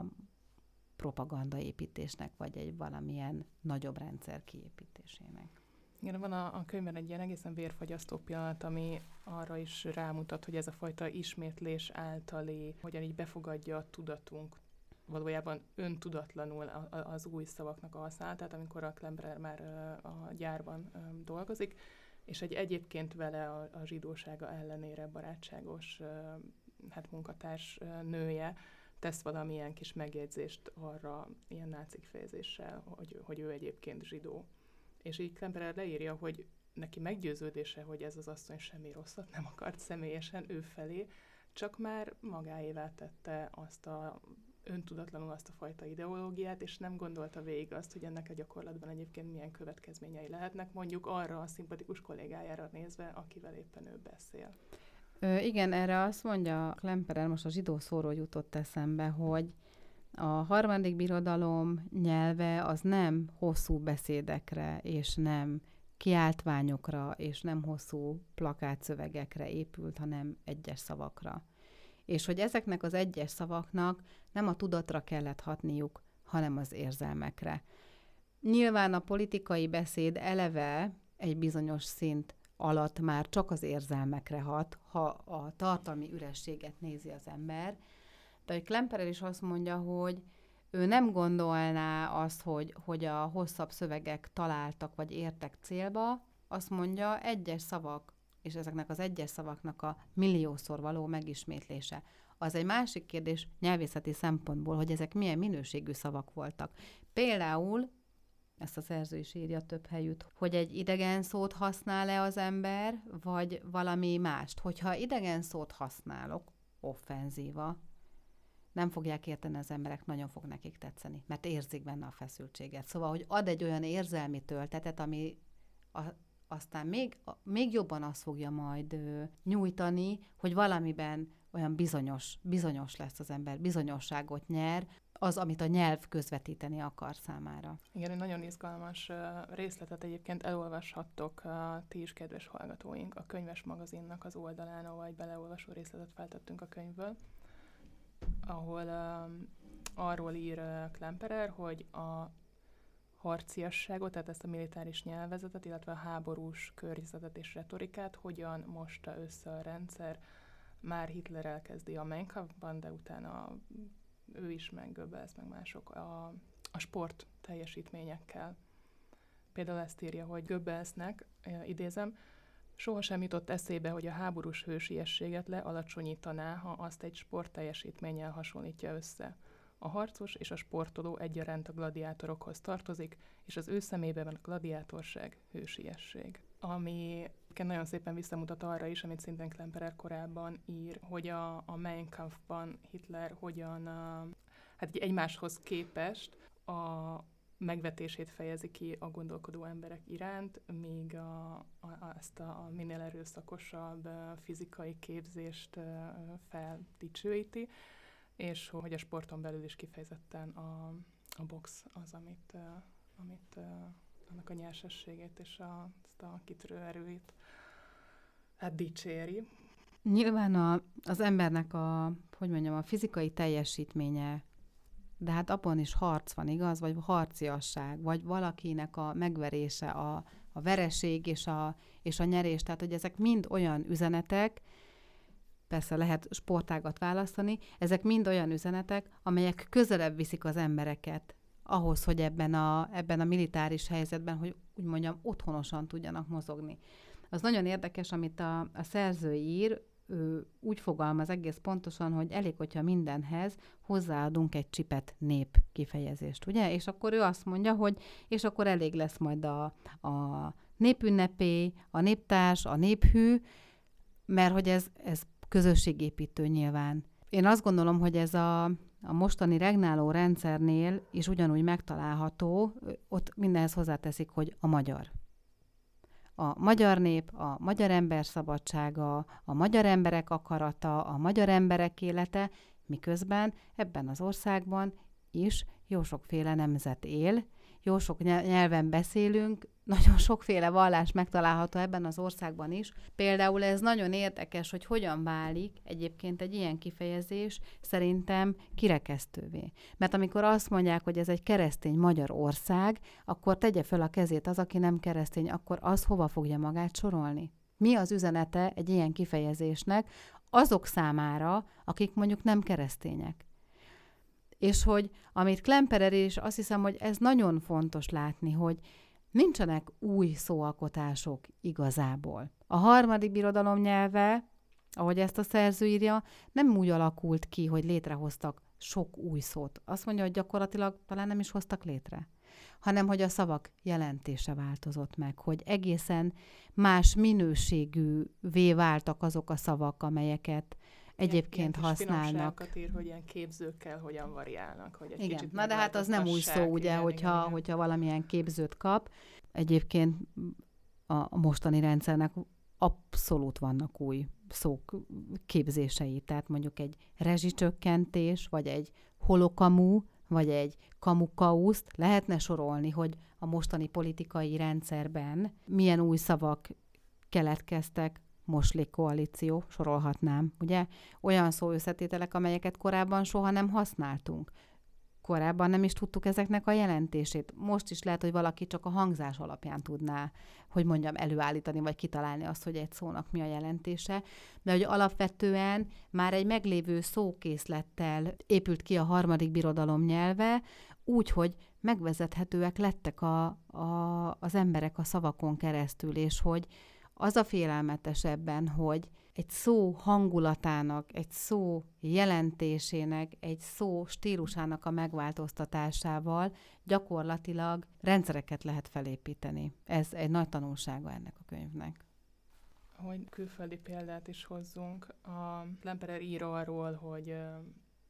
propagandaépítésnek, vagy egy valamilyen nagyobb rendszer kiépítésének. Igen, van a, a könyvben egy ilyen egészen vérfagyasztó pillanat, ami arra is rámutat, hogy ez a fajta ismétlés általi, hogyan így befogadja a tudatunk, valójában öntudatlanul az új szavaknak a használatát, amikor a Klemperer már a gyárban dolgozik, és egy egyébként vele a, a zsidósága ellenére barátságos hát munkatárs nője tesz valamilyen kis megjegyzést arra, ilyen náci kifejezéssel, hogy, hogy ő egyébként zsidó. És így Klemperer leírja, hogy neki meggyőződése, hogy ez az asszony semmi rosszat nem akart személyesen ő felé, csak már magáévá tette azt a öntudatlanul azt a fajta ideológiát, és nem gondolta végig azt, hogy ennek a gyakorlatban egyébként milyen következményei lehetnek, mondjuk arra a szimpatikus kollégájára nézve, akivel éppen ő beszél. Ö, igen, erre azt mondja Klemperer, most a zsidó szóról jutott eszembe, hogy a harmadik birodalom nyelve az nem hosszú beszédekre, és nem kiáltványokra, és nem hosszú plakátszövegekre épült, hanem egyes szavakra. És hogy ezeknek az egyes szavaknak nem a tudatra kellett hatniuk, hanem az érzelmekre. Nyilván a politikai beszéd eleve egy bizonyos szint alatt már csak az érzelmekre hat, ha a tartalmi ürességet nézi az ember, de hogy Klemperer is azt mondja, hogy ő nem gondolná azt, hogy, hogy a hosszabb szövegek találtak vagy értek célba, azt mondja, egyes szavak, és ezeknek az egyes szavaknak a milliószor való megismétlése. Az egy másik kérdés nyelvészeti szempontból, hogy ezek milyen minőségű szavak voltak. Például, ezt a szerző is írja több helyütt, hogy egy idegen szót használ-e az ember, vagy valami mást. Hogyha idegen szót használok, offenzíva, nem fogják érteni az emberek, nagyon fog nekik tetszeni, mert érzik benne a feszültséget. Szóval, hogy ad egy olyan érzelmi töltetet, ami a, aztán még, a, még jobban azt fogja majd ö, nyújtani, hogy valamiben olyan bizonyos, bizonyos lesz az ember, bizonyosságot nyer, az, amit a nyelv közvetíteni akar számára. Igen, egy nagyon izgalmas részletet egyébként elolvashattok ti is, kedves hallgatóink, a Könyves Magazinnak az oldalán, ahol egy beleolvasó részletet feltettünk a könyvből, ahol uh, arról ír uh, Klemperer, hogy a harciasságot, tehát ezt a militáris nyelvezetet, illetve a háborús környezetet és retorikát hogyan mosta össze a rendszer. Már Hitler elkezdi a Mein Kampfban, de utána ő is, meg Goebbels, meg mások a, a sport teljesítményekkel. Például ezt írja, hogy Goebbelsnek, idézem, sohasem jutott eszébe, hogy a háborús hősiességet lealacsonyítaná, ha azt egy sport teljesítménnyel hasonlítja össze. A harcos és a sportoló egyaránt a gladiátorokhoz tartozik, és az ő szemében a gladiátorság hősiesség. Ami nagyon szépen visszamutat arra is, amit szintén Klemperer korábban ír, hogy a, a Mein Kampfban Hitler hogyan a, hát egymáshoz képest a megvetését fejezi ki a gondolkodó emberek iránt, míg a, a, ezt a, a minél erőszakosabb fizikai képzést feldicsőíti, és hogy a sporton belül is kifejezetten a, a box az, amit, amit annak a nyersességét és a, azt a kitörő erőit hát dicséri. Nyilván a, az embernek a, hogy mondjam, a fizikai teljesítménye, de hát abban is harc van, igaz? Vagy harciasság, vagy valakinek a megverése, a, a vereség és a, és a nyerés. Tehát, hogy ezek mind olyan üzenetek, persze lehet sportágat választani, ezek mind olyan üzenetek, amelyek közelebb viszik az embereket ahhoz, hogy ebben a, ebben a militáris helyzetben, hogy úgy mondjam, otthonosan tudjanak mozogni. Az nagyon érdekes, amit a, a szerző ír, ő úgy fogalmaz egész pontosan, hogy elég, hogyha mindenhez hozzáadunk egy csipet nép kifejezést, ugye? És akkor ő azt mondja, hogy és akkor elég lesz majd a, a népünnepé, a néptárs, a néphű, mert hogy ez, ez közösségépítő nyilván. Én azt gondolom, hogy ez a, a mostani regnáló rendszernél is ugyanúgy megtalálható, ott mindenhez hozzáteszik, hogy a magyar. A magyar nép, a magyar ember szabadsága, a magyar emberek akarata, a magyar emberek élete, miközben ebben az országban is jó sokféle nemzet él, jó sok nyelven beszélünk, nagyon sokféle vallás megtalálható ebben az országban is. Például ez nagyon érdekes, hogy hogyan válik egyébként egy ilyen kifejezés szerintem kirekesztővé. Mert amikor azt mondják, hogy ez egy keresztény magyar ország, akkor tegye fel a kezét az, aki nem keresztény, akkor az hova fogja magát sorolni? Mi az üzenete egy ilyen kifejezésnek azok számára, akik mondjuk nem keresztények? És hogy amit Klemperer is, azt hiszem, hogy ez nagyon fontos látni, hogy nincsenek új szóalkotások igazából. A harmadik birodalom nyelve, ahogy ezt a szerző írja, nem úgy alakult ki, hogy létrehoztak sok új szót. Azt mondja, hogy gyakorlatilag talán nem is hoztak létre, hanem hogy a szavak jelentése változott meg, hogy egészen más minőségűvé váltak azok a szavak, amelyeket egyébként ilyen, ilyen használnak. Ír, hogy ilyen képzőkkel hogyan variálnak. Hogy egy igen, na de hát az nem új szó, ugye, igen, hogyha, igen, igen. hogyha valamilyen képzőt kap. Egyébként a mostani rendszernek abszolút vannak új szók képzései. Tehát mondjuk egy rezsicsökkentés, vagy egy holokamú, vagy egy kamukauszt lehetne sorolni, hogy a mostani politikai rendszerben milyen új szavak keletkeztek, moslékkoalíció, sorolhatnám, ugye? Olyan szóösszetételek, amelyeket korábban soha nem használtunk. Korábban nem is tudtuk ezeknek a jelentését. Most is lehet, hogy valaki csak a hangzás alapján tudná, hogy mondjam, előállítani, vagy kitalálni azt, hogy egy szónak mi a jelentése. De hogy alapvetően már egy meglévő szókészlettel épült ki a harmadik birodalom nyelve, úgy, hogy megvezethetőek lettek a, a, az emberek a szavakon keresztül, és hogy az a félelmetes ebben, hogy egy szó hangulatának, egy szó jelentésének, egy szó stílusának a megváltoztatásával gyakorlatilag rendszereket lehet felépíteni. Ez egy nagy tanulsága ennek a könyvnek. Hogy külföldi példát is hozzunk, a Klemperer ír arról, hogy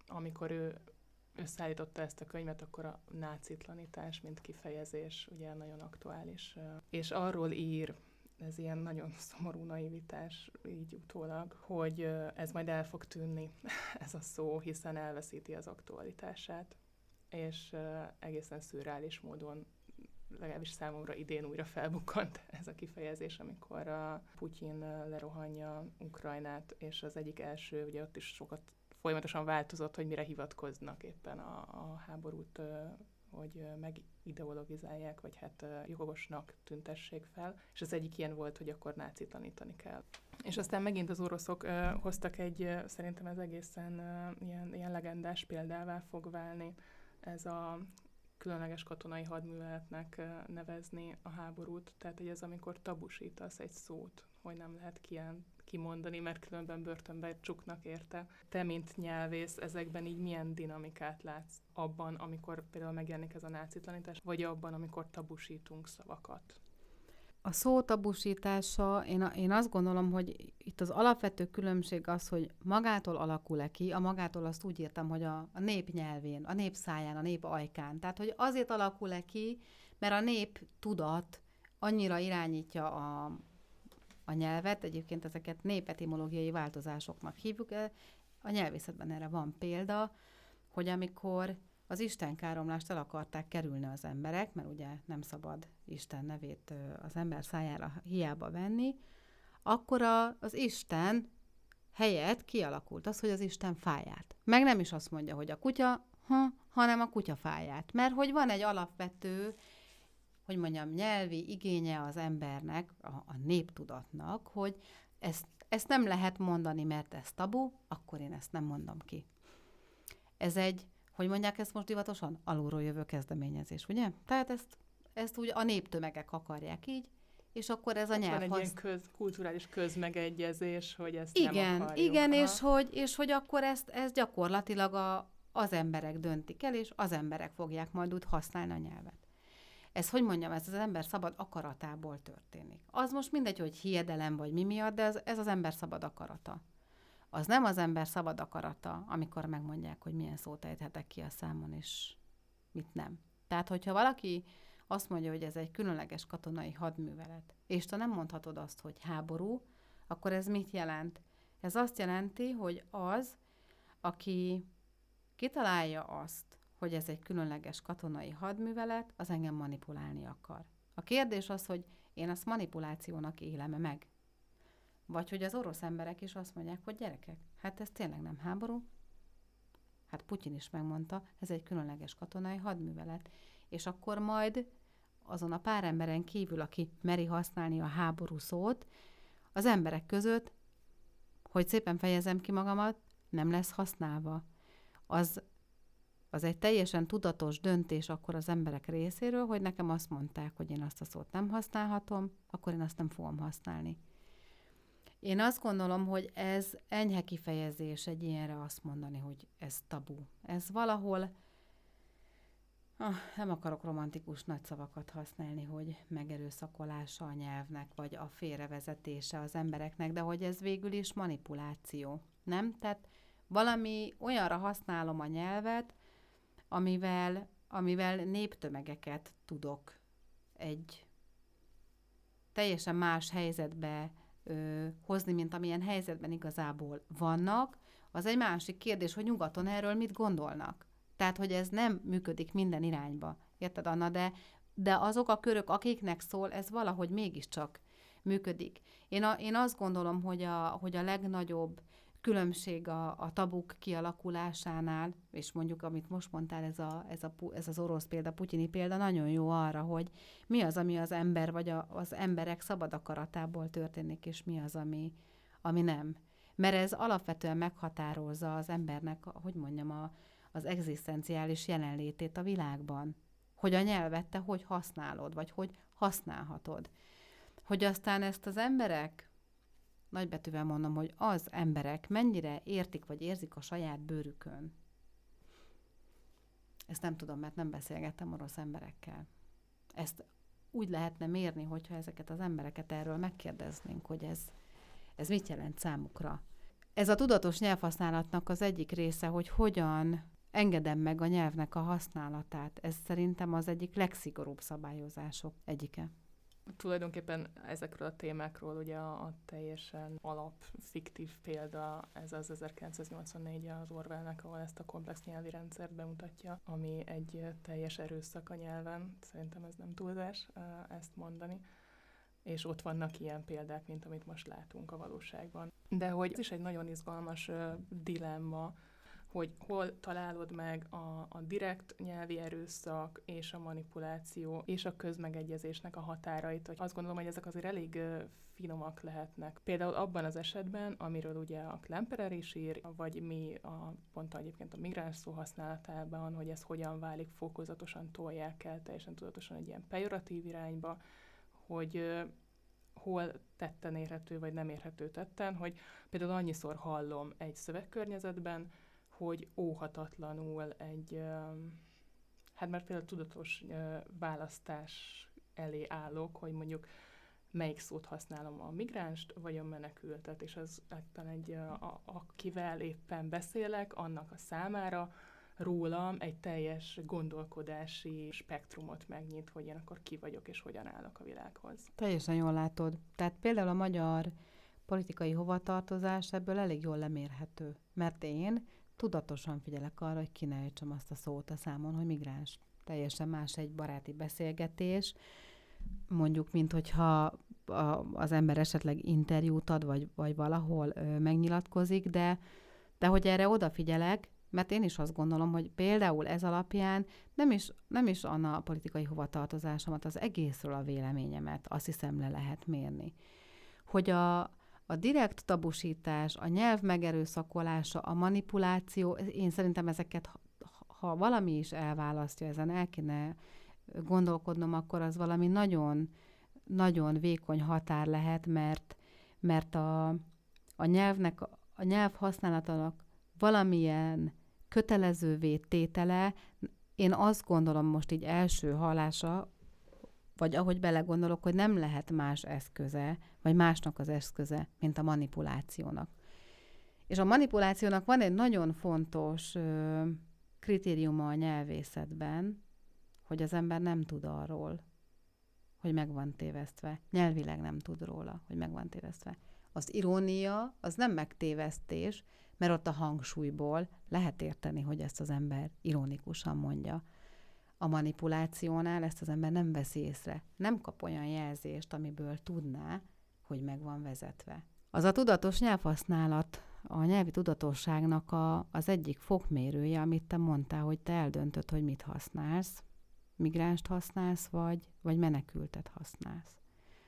amikor ő összeállította ezt a könyvet, akkor a nácitlanítás, mint kifejezés ugye nagyon aktuális. És arról ír, ez ilyen nagyon szomorú naivitás így utólag, hogy ez majd el fog tűnni, ez a szó, hiszen elveszíti az aktualitását. És egészen szürreális módon, legalábbis számomra idén újra felbukkant ez a kifejezés, amikor a Putyin lerohanja Ukrajnát, és az egyik első, ugye ott is sokat folyamatosan változott, hogy mire hivatkoznak éppen a, a háborút, hogy megideologizálják, vagy hát jogosnak tüntessék fel. És az egyik ilyen volt, hogy akkor nácitlanítani kell. És aztán megint az oroszok uh, hoztak egy, uh, szerintem ez egészen uh, ilyen, ilyen legendás példává fog válni, ez a különleges katonai hadműveletnek uh, nevezni a háborút. Tehát, hogy ez amikor tabusítasz egy szót, hogy nem lehet kien, kimondani, mert különben börtönbe csuknak érte. Te, mint nyelvész, ezekben így milyen dinamikát látsz abban, amikor például megjelenik ez a nácitlanítás, vagy abban, amikor tabusítunk szavakat? A szó tabusítása, én, én azt gondolom, hogy itt az alapvető különbség az, hogy magától alakul-e ki, a magától azt úgy írtam, hogy a, a nép nyelvén, a nép száján, a nép ajkán. Tehát, hogy azért alakul-e ki, mert a nép tudat annyira irányítja a, a nyelvet, egyébként ezeket népetimológiai változásoknak hívjuk, a nyelvészetben erre van példa, hogy amikor az istenkáromlást el akarták kerülni az emberek, mert ugye nem szabad Isten nevét az ember szájára hiába venni, akkor a, az Isten helyett kialakult az, hogy az Isten fáját. Meg nem is azt mondja, hogy a kutya, ha, hanem a kutya fáját. Mert hogy van egy alapvető, hogy mondjam, nyelvi igénye az embernek, a, a néptudatnak, hogy ezt, ezt nem lehet mondani, mert ez tabu, akkor én ezt nem mondom ki. Ez egy, hogy mondják ezt most divatosan? Alulról jövő kezdeményezés, ugye? Tehát ezt, ezt úgy a néptömegek akarják így, és akkor ez a nyelv... Van egy hasz... ilyen köz, kulturális közmegegyezés, hogy ezt igen, nem akarjuk. Igen, és hogy, és hogy akkor ezt, ezt gyakorlatilag a, az emberek döntik el, és az emberek fogják majd úgy használni a nyelvet. Ez, hogy mondjam, ez az ember szabad akaratából történik. Az most mindegy, hogy hiedelem vagy mi miatt, de ez, ez az ember szabad akarata. Az nem az ember szabad akarata, amikor megmondják, hogy milyen szót ejthetek ki a számon, és mit nem. Tehát, hogyha valaki azt mondja, hogy ez egy különleges katonai hadművelet, és te nem mondhatod azt, hogy háború, akkor ez mit jelent? Ez azt jelenti, hogy az, aki kitalálja azt, hogy ez egy különleges katonai hadművelet, az engem manipulálni akar. A kérdés az, hogy én azt manipulációnak élem-e meg? Vagy hogy az orosz emberek is azt mondják, hogy gyerekek, hát ez tényleg nem háború. Hát Putyin is megmondta, ez egy különleges katonai hadművelet. És akkor majd azon a pár emberen kívül, aki meri használni a háború szót, az emberek között, hogy szépen fejezem ki magamat, nem lesz használva. Az, az egy teljesen tudatos döntés akkor az emberek részéről, hogy nekem azt mondták, hogy én azt a szót nem használhatom, akkor én azt nem fogom használni. Én azt gondolom, hogy ez enyhe kifejezés egy ilyenre azt mondani, hogy ez tabu. Ez valahol, ah, nem akarok romantikus nagy szavakat használni, hogy megerőszakolása a nyelvnek, vagy a félrevezetése az embereknek, de hogy ez végül is manipuláció, nem? Tehát valami olyanra használom a nyelvet, amivel, amivel néptömegeket tudok egy teljesen más helyzetbe Ö, hozni, mint amilyen helyzetben igazából vannak, az egy másik kérdés, hogy nyugaton erről mit gondolnak. Tehát, hogy ez nem működik minden irányba. Érted, Anna? De, de azok a körök, akiknek szól, ez valahogy mégiscsak működik. Én, a, én azt gondolom, hogy a, hogy a legnagyobb különbség a, a tabuk kialakulásánál, és mondjuk, amit most mondtál, ez, a, ez, a, ez az orosz példa, putyini példa, nagyon jó arra, hogy mi az, ami az ember, vagy a, az emberek szabad akaratából történik, és mi az, ami, ami nem. Mert ez alapvetően meghatározza az embernek, hogy mondjam, a, az egzisztenciális jelenlétét a világban. Hogy a nyelvet te hogy használod, vagy hogy használhatod. Hogy aztán ezt az emberek, nagybetűvel mondom, hogy az emberek mennyire értik, vagy érzik a saját bőrükön. Ezt nem tudom, mert nem beszélgettem orosz emberekkel. Ezt úgy lehetne mérni, hogyha ezeket az embereket erről megkérdeznénk, hogy ez, ez mit jelent számukra. Ez a tudatos nyelvhasználatnak az egyik része, hogy hogyan engedem meg a nyelvnek a használatát. Ez szerintem az egyik legszigorúbb szabályozások egyike. Tulajdonképpen ezekről a témákról ugye a, a teljesen alap, fiktív példa, ez az ezerkilencszáznyolcvannégy az Orwellnek, ahol ezt a komplex nyelvi rendszert bemutatja, ami egy teljes erőszak a nyelven. Szerintem ez nem túlzás ezt mondani. És ott vannak ilyen példák, mint amit most látunk a valóságban. De hogy ez is egy nagyon izgalmas uh, dilemma, hogy hol találod meg a, a direkt nyelvi erőszak és a manipuláció és a közmegegyezésnek a határait. Azt gondolom, hogy ezek azért elég uh, finomak lehetnek. Például abban az esetben, amiről ugye a Klemperer is ír, vagy mi a, pont egyébként a migráns szó használatában, hogy ez hogyan válik fokozatosan, tolják el teljesen tudatosan egy ilyen pejoratív irányba, hogy uh, hol tetten érhető, vagy nem érhető tetten, hogy például annyiszor hallom egy szövegkörnyezetben, hogy óhatatlanul egy, uh, hát már például tudatos uh, választás elé állok, hogy mondjuk melyik szót használom, a migránst, vagy a menekültet, és az éppen egy, uh, a, akivel éppen beszélek, annak a számára rólam egy teljes gondolkodási spektrumot megnyit, hogy én akkor ki vagyok, és hogyan állok a világhoz. Teljesen jól látod. Tehát például a magyar politikai hovatartozás ebből elég jól lemérhető. Mert én tudatosan figyelek arra, hogy ki ne ejtsem azt a szót a számon, hogy migráns. Teljesen más egy baráti beszélgetés, mondjuk, mint hogyha a, az ember esetleg interjút ad, vagy, vagy valahol ö, megnyilatkozik, de, de hogy erre odafigyelek, mert én is azt gondolom, hogy például ez alapján nem is, nem is a politikai hovatartozásomat, az egészről a véleményemet azt hiszem le lehet mérni. Hogy a, a direkt tabusítás, a nyelv megerőszakolása, a manipuláció, én szerintem ezeket, ha valami is elválasztja, ezen el kéne gondolkodnom, akkor az valami nagyon, nagyon vékony határ lehet, mert, mert a, a nyelvnek, a nyelv használatának valamilyen kötelezővé tétele, én azt gondolom most így első hallása, vagy ahogy belegondolok, hogy nem lehet más eszköze, vagy másnak az eszköze, mint a manipulációnak. És a manipulációnak van egy nagyon fontos ö, kritériuma a nyelvészetben, hogy az ember nem tud arról, hogy meg van tévesztve. Nyelvileg nem tud róla, hogy meg van tévesztve. Az irónia, az nem megtévesztés, mert ott a hangsúlyból lehet érteni, hogy ezt az ember ironikusan mondja. A manipulációnál ezt az ember nem veszi észre. Nem kap olyan jelzést, amiből tudná, hogy meg van vezetve. Az a tudatos nyelvhasználat, a nyelvi tudatosságnak a, az egyik fokmérője, amit te mondtál, hogy te eldöntöd, hogy mit használsz. Migránst használsz, vagy, vagy menekültet használsz.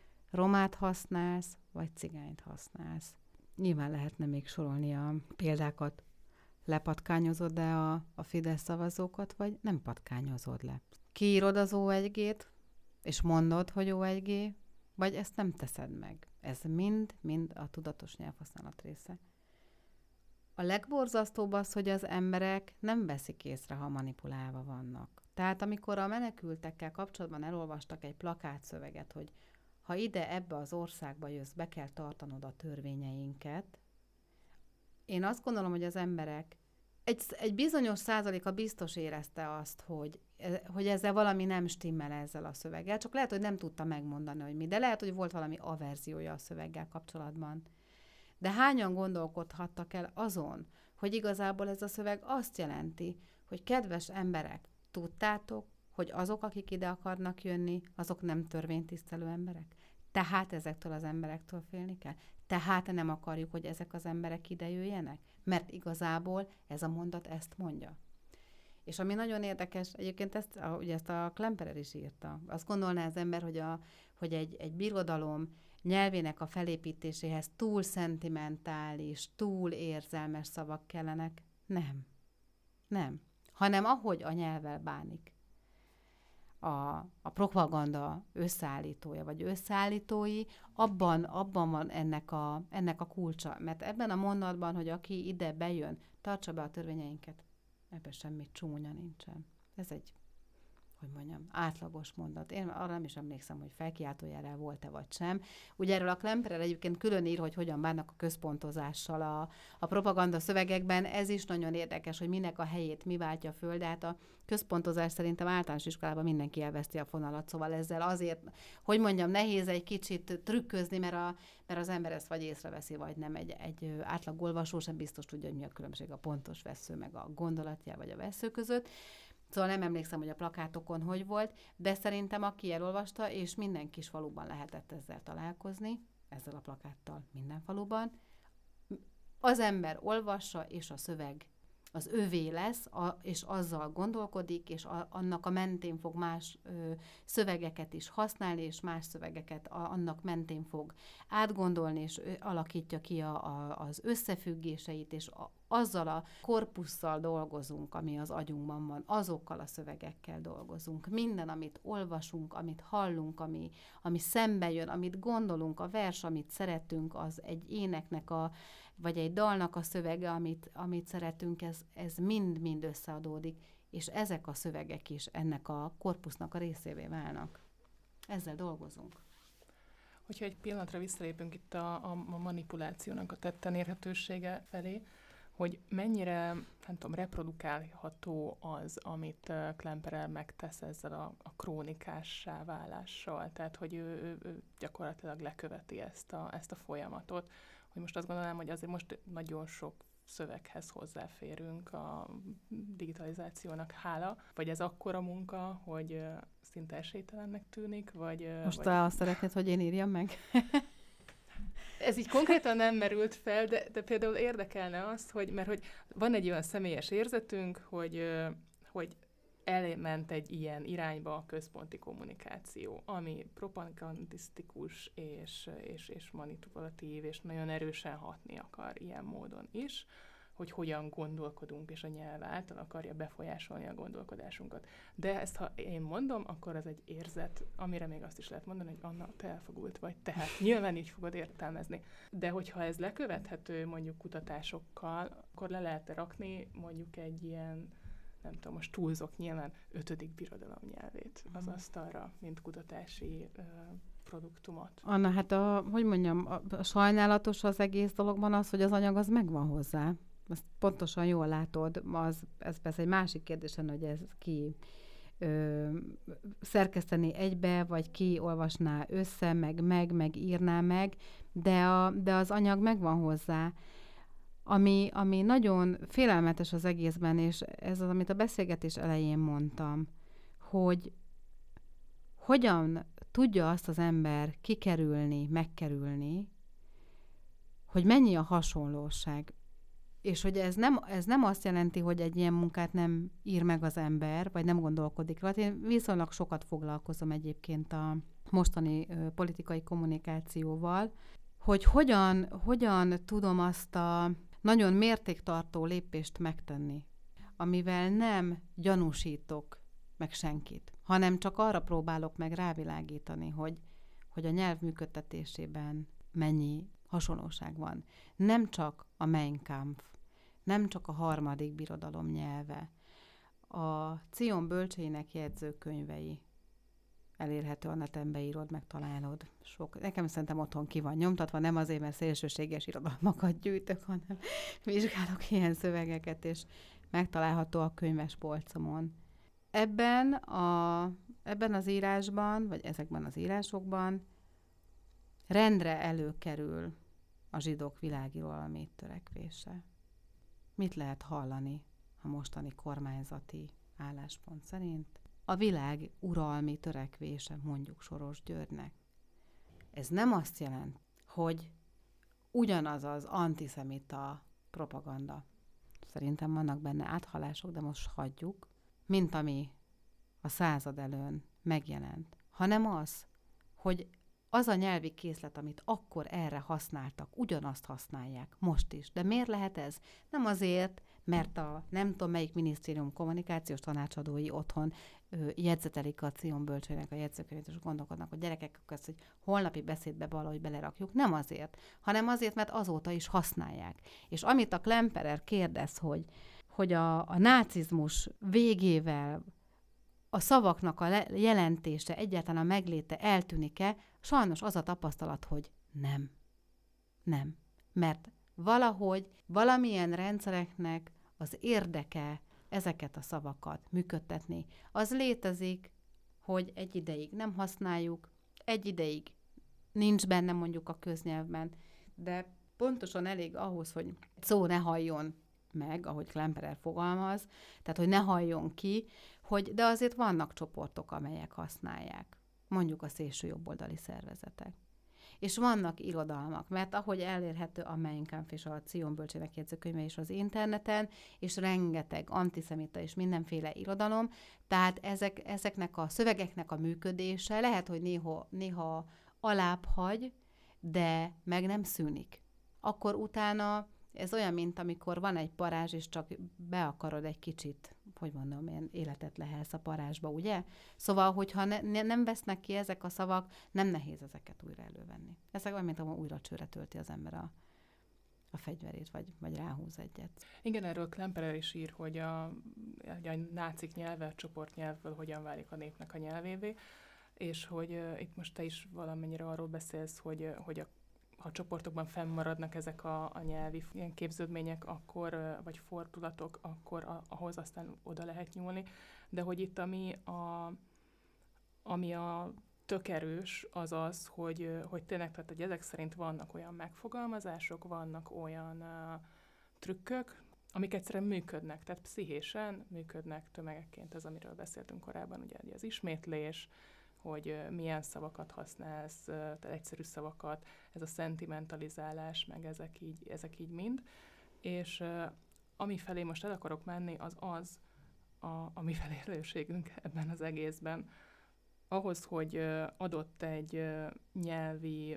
Romát használsz, vagy cigányt használsz. Nyilván lehetne még sorolni a példákat. Lepatkányozod-e a, a Fidesz szavazókat, vagy nem patkányozod le? Kiírod az ó egy gét, és mondod, hogy ó egy gé, vagy ezt nem teszed meg. Ez mind-mind a tudatos nyelvhasználat része. A legborzasztóbb az, hogy az emberek nem veszik észre, ha manipulálva vannak. Tehát amikor a menekültekkel kapcsolatban elolvastak egy plakátszöveget, hogy ha ide, ebbe az országba jössz, be kell tartanod a törvényeinket, én azt gondolom, hogy az emberek egy, egy bizonyos százaléka biztos érezte azt, hogy, hogy ezzel valami nem stimmel ezzel a szöveggel, csak lehet, hogy nem tudta megmondani, hogy mi, de lehet, hogy volt valami averziója a szöveggel kapcsolatban. De hányan gondolkodhattak el azon, hogy igazából ez a szöveg azt jelenti, hogy kedves emberek, tudtátok, hogy azok, akik ide akarnak jönni, azok nem törvénytisztelő emberek? Tehát ezektől az emberektől félni kell? Tehát nem akarjuk, hogy ezek az emberek ide jöjjenek? Mert igazából ez a mondat ezt mondja. És ami nagyon érdekes, egyébként ezt, ugye ezt a Klemperer is írta. Azt gondolná az ember, hogy, a, hogy egy, egy birodalom nyelvének a felépítéséhez túl szentimentális, túl érzelmes szavak kellenek. Nem. Nem. Hanem ahogy a nyelvvel bánik. A, a propaganda összeállítója, vagy összeállítói, abban, abban van ennek a, ennek a kulcsa. Mert ebben a mondatban, hogy aki ide bejön, tartsa be a törvényeinket, ebben semmi csúnya nincsen. Ez egy hogy mondjam, átlagos mondat. Én arra nem is emlékszem, hogy felkiáltójellel volt-e vagy sem. Ugye erről a Klemperer egyébként külön ír, hogy hogyan bánnak a központozással a, a propaganda szövegekben. Ez is nagyon érdekes, hogy minek a helyét mi váltja föl, de hát a központozás szerintem általános iskolában mindenki elveszti a fonalat, szóval ezzel azért, hogy mondjam, nehéz egy kicsit trükközni, mert, a, mert az ember ezt vagy észreveszi, vagy nem. Egy, egy átlag olvasó sem biztos tudja, hogy mi a különbség a pontos vessző, meg a gondolatjel, vagy a vessző között. Szóval nem emlékszem, hogy a plakátokon hogy volt, de szerintem aki elolvasta, és minden kis faluban lehetett ezzel találkozni, ezzel a plakáttal minden faluban, az ember olvassa, és a szöveg az övé lesz, a, és azzal gondolkodik, és a, annak a mentén fog más ö, szövegeket is használni, és más szövegeket a, annak mentén fog átgondolni, és ö, alakítja ki a, a, az összefüggéseit, és a, azzal a korpusszal dolgozunk, ami az agyunkban van, azokkal a szövegekkel dolgozunk. Minden, amit olvasunk, amit hallunk, ami, ami szembe jön, amit gondolunk, a vers, amit szeretünk, az egy éneknek a vagy egy dalnak a szövege, amit, amit szeretünk, ez, ez mind-mind összeadódik, és ezek a szövegek is ennek a korpusznak a részévé válnak. Ezzel dolgozunk. Hogyha egy pillanatra visszalépünk itt a, a manipulációnak a tetten érhetősége felé, hogy mennyire, nem tudom, reprodukálható az, amit Klemperer megtesz ezzel a, a krónikássá válással, tehát hogy ő, ő, ő gyakorlatilag leköveti ezt a, ezt a folyamatot, hogy most azt gondolom, hogy azért most nagyon sok szöveghez hozzáférünk a digitalizációnak hála, vagy ez akkora munka, hogy szinte esélytelennek tűnik, vagy... Most vagy... te azt szeretnéd, hogy én írjam meg? Ez így konkrétan nem merült fel, de, de például érdekelne azt, hogy, mert hogy van egy olyan személyes érzetünk, hogy, hogy elment egy ilyen irányba a központi kommunikáció, ami propagandisztikus és, és, és manipulatív, és nagyon erősen hatni akar ilyen módon is, hogy hogyan gondolkodunk, és a nyelv által akarja befolyásolni a gondolkodásunkat. De ezt, ha én mondom, akkor ez egy érzet, amire még azt is lehet mondani, hogy Anna, te elfogult vagy, tehát nyilván így fogod értelmezni. De hogyha ez lekövethető mondjuk kutatásokkal, akkor le lehet rakni mondjuk egy ilyen, nem tudom, most túlzok nyilván, ötödik birodalom nyelvét az asztalra, mint kutatási ö, produktumot. Anna, hát a, hogy mondjam, a, a sajnálatos az egész dologban az, hogy az anyag az megvan hozzá. Ezt pontosan jól látod. Az, ez persze egy másik kérdés, hogy ez ki ö, szerkeszteni egybe, vagy ki olvasná össze, meg meg, meg írná meg, de, a, de az anyag megvan hozzá. Ami, ami nagyon félelmetes az egészben, és ez az, amit a beszélgetés elején mondtam, hogy hogyan tudja azt az ember kikerülni, megkerülni, hogy mennyi a hasonlóság. És hogy ez nem, ez nem azt jelenti, hogy egy ilyen munkát nem ír meg az ember, vagy nem gondolkodik rá. Én viszonylag sokat foglalkozom egyébként a mostani ö, politikai kommunikációval, hogy hogyan, hogyan tudom azt a nagyon mértéktartó lépést megtenni, amivel nem gyanúsítok meg senkit, hanem csak arra próbálok meg rávilágítani, hogy, hogy a nyelv működtetésében mennyi hasonlóság van. Nem csak a Mein Kampf, nem csak a harmadik birodalom nyelve, a Cion bölcseinek jegyzőkönyvei, elérhető a neten, beírod, megtalálod. Sok. Nekem szerintem otthon ki van nyomtatva, nem azért, mert szélsőséges irodalmakat gyűjtök, hanem vizsgálok ilyen szövegeket, és megtalálható a könyves polcomon. Ebben, a, ebben az írásban, vagy ezekben az írásokban rendre előkerül a zsidók világirodalmi törekvése. Mit lehet hallani a mostani kormányzati álláspont szerint? A világ uralmi törekvése, mondjuk Soros Györgynek. Ez nem azt jelent, hogy ugyanaz az antiszemita propaganda, szerintem vannak benne áthalások, de most hagyjuk, mint ami a század előn megjelent, hanem az, hogy az a nyelvi készlet, amit akkor erre használtak, ugyanazt használják most is. De miért lehet ez? Nem azért, mert a nem tudom melyik minisztérium kommunikációs tanácsadói otthon ö, jegyzetelik a Cion bölcsőnek a jegyzőkönyvét, és gondolkodnak, hogy gyerekek, ezt, hogy holnapi beszédbe valahogy belerakjuk. Nem azért, hanem azért, mert azóta is használják. És amit a Klemperer kérdez, hogy, hogy a, a nácizmus végével a szavaknak a le- jelentése, egyáltalán a megléte eltűnik-e, sajnos az a tapasztalat, hogy nem. Nem. Mert valahogy valamilyen rendszereknek az érdeke ezeket a szavakat működtetni. Az létezik, hogy egy ideig nem használjuk, egy ideig nincs benne mondjuk a köznyelvben, de pontosan elég ahhoz, hogy szó ne halljon meg, ahogy Klemperer fogalmaz, tehát hogy ne halljon ki, hogy, de azért vannak csoportok, amelyek használják. Mondjuk a szélső jobboldali szervezetek. És vannak irodalmak, mert ahogy elérhető a Mein Kampf és a Zion Bölcsének jegyzőkönyve is az interneten, és rengeteg antiszemita és mindenféle irodalom, tehát ezek, ezeknek a szövegeknek a működése lehet, hogy néha, néha alább hagy, de meg nem szűnik. Akkor utána ez olyan, mint amikor van egy parázs, és csak be akarod egy kicsit, hogy mondom, ilyen életet lehelsz a parázsba, ugye? Szóval, hogyha ne, ne, nem vesznek ki ezek a szavak, nem nehéz ezeket újra elővenni. Ezek olyan, mint ahol újra csőre tölti az ember a, a fegyverét, vagy, vagy ráhúz egyet. Igen, erről Klemperer is ír, hogy a, a nácik nyelve, a csoportnyelvből hogyan válik a népnek a nyelvévé, és hogy uh, itt most te is valamennyire arról beszélsz, hogy, uh, hogy a ha csoportokban fennmaradnak ezek a, a nyelvi ilyen képződmények, akkor, vagy fordulatok, akkor a, ahhoz aztán oda lehet nyúlni. De hogy itt ami a, ami a tök erős, az az, hogy, hogy tényleg, tehát, hogy ezek szerint vannak olyan megfogalmazások, vannak olyan uh, trükkök, amik egyszerűen működnek, tehát pszichésen működnek tömegekként, ez, amiről beszéltünk korábban, ugye az ismétlés, hogy milyen szavakat használsz, tehát egyszerű szavakat, ez a szentimentalizálás, meg ezek így, ezek így mind. És amifelé most el akarok menni, az az a, a mi felelősségünk ebben az egészben. Ahhoz, hogy adott egy nyelvi,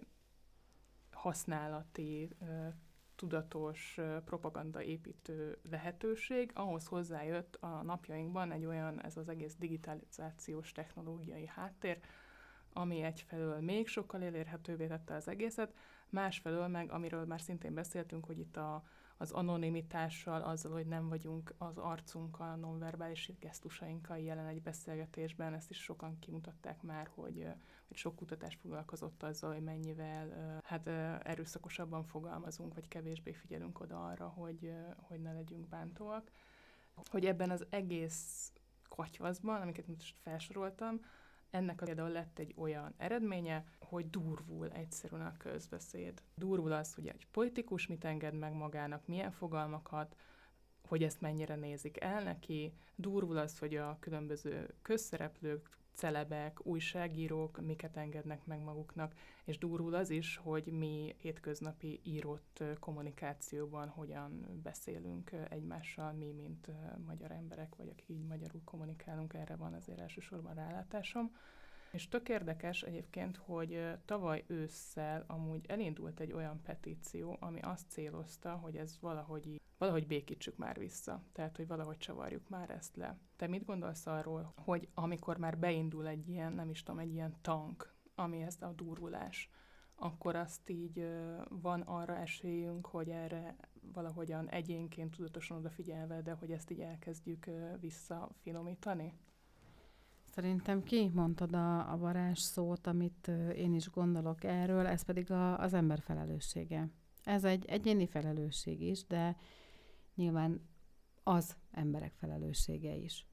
használati, tudatos propagandaépítő lehetőség, ahhoz hozzájött a napjainkban egy olyan, ez az egész digitalizációs technológiai háttér, ami egyfelől még sokkal elérhetővé tette az egészet, másfelől meg, amiről már szintén beszéltünk, hogy itt a, az anonimitással, azzal, hogy nem vagyunk az arcunkkal, nonverbális gesztusainkkal jelen egy beszélgetésben, ezt is sokan kimutatták már, hogy, hogy sok kutatás foglalkozott azzal, hogy mennyivel hát, erőszakosabban fogalmazunk, vagy kevésbé figyelünk oda arra, hogy, hogy ne legyünk bántóak. Hogy ebben az egész katyvaszban, amiket most felsoroltam, ennek például lett egy olyan eredménye, hogy durvul egyszerűen a közbeszéd. Durvul az, hogy egy politikus mit enged meg magának, milyen fogalmakat, hogy ezt mennyire nézik el neki. Durvul az, hogy a különböző közszereplők, celebek, újságírók miket engednek meg maguknak, és durvul az is, hogy mi hétköznapi írott kommunikációban hogyan beszélünk egymással, mi, mint magyar emberek, vagy akik így magyarul kommunikálunk, erre van azért elsősorban rálátásom. És tök érdekes egyébként, hogy tavaly ősszel amúgy elindult egy olyan petíció, ami azt célozta, hogy ez valahogy így, valahogy békítsük már vissza. Tehát, hogy valahogy csavarjuk már ezt le. Te mit gondolsz arról, hogy amikor már beindul egy ilyen, nem is tudom, egy ilyen tank, ami ez a durvulás, akkor azt így van arra esélyünk, hogy erre valahogyan egyénként tudatosan odafigyelve, de hogy ezt így elkezdjük visszafinomítani? Szerintem ki mondtad a, a varázs szót, amit én is gondolok erről, ez pedig a, az ember felelőssége. Ez egy egyéni felelősség is, de nyilván az emberek felelőssége is.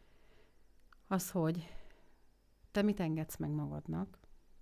Az, hogy te mit engedsz meg magadnak,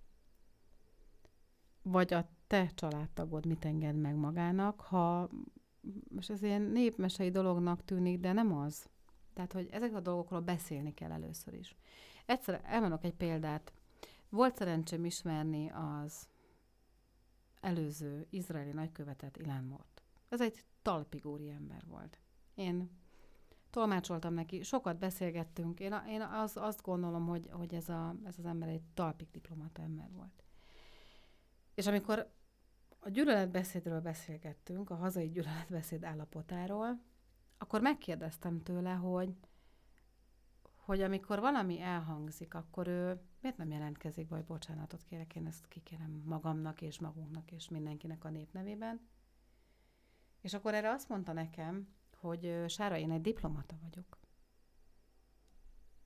vagy a te családtagod mit enged meg magának, ha most ez ilyen népmesei dolognak tűnik, de nem az. Tehát, hogy ezek a dolgokról beszélni kell először is. Egyszer elmondok egy példát. Volt szerencsém ismerni az előző izraeli nagykövetet, Ilan Mort. Ez egy talpig úri ember volt. Én tolmácsoltam neki, sokat beszélgettünk. Én, én az, azt gondolom, hogy, hogy ez, a, ez az ember egy talpig diplomata ember volt. És amikor a gyűlöletbeszédről beszélgettünk, a hazai gyűlöletbeszéd állapotáról, akkor megkérdeztem tőle, hogy, hogy amikor valami elhangzik, akkor ő miért nem jelentkezik, vagy bocsánatot kérek, én ezt kikérem magamnak és magunknak és mindenkinek a népnevében. És akkor erre azt mondta nekem, hogy Sára, én egy diplomata vagyok.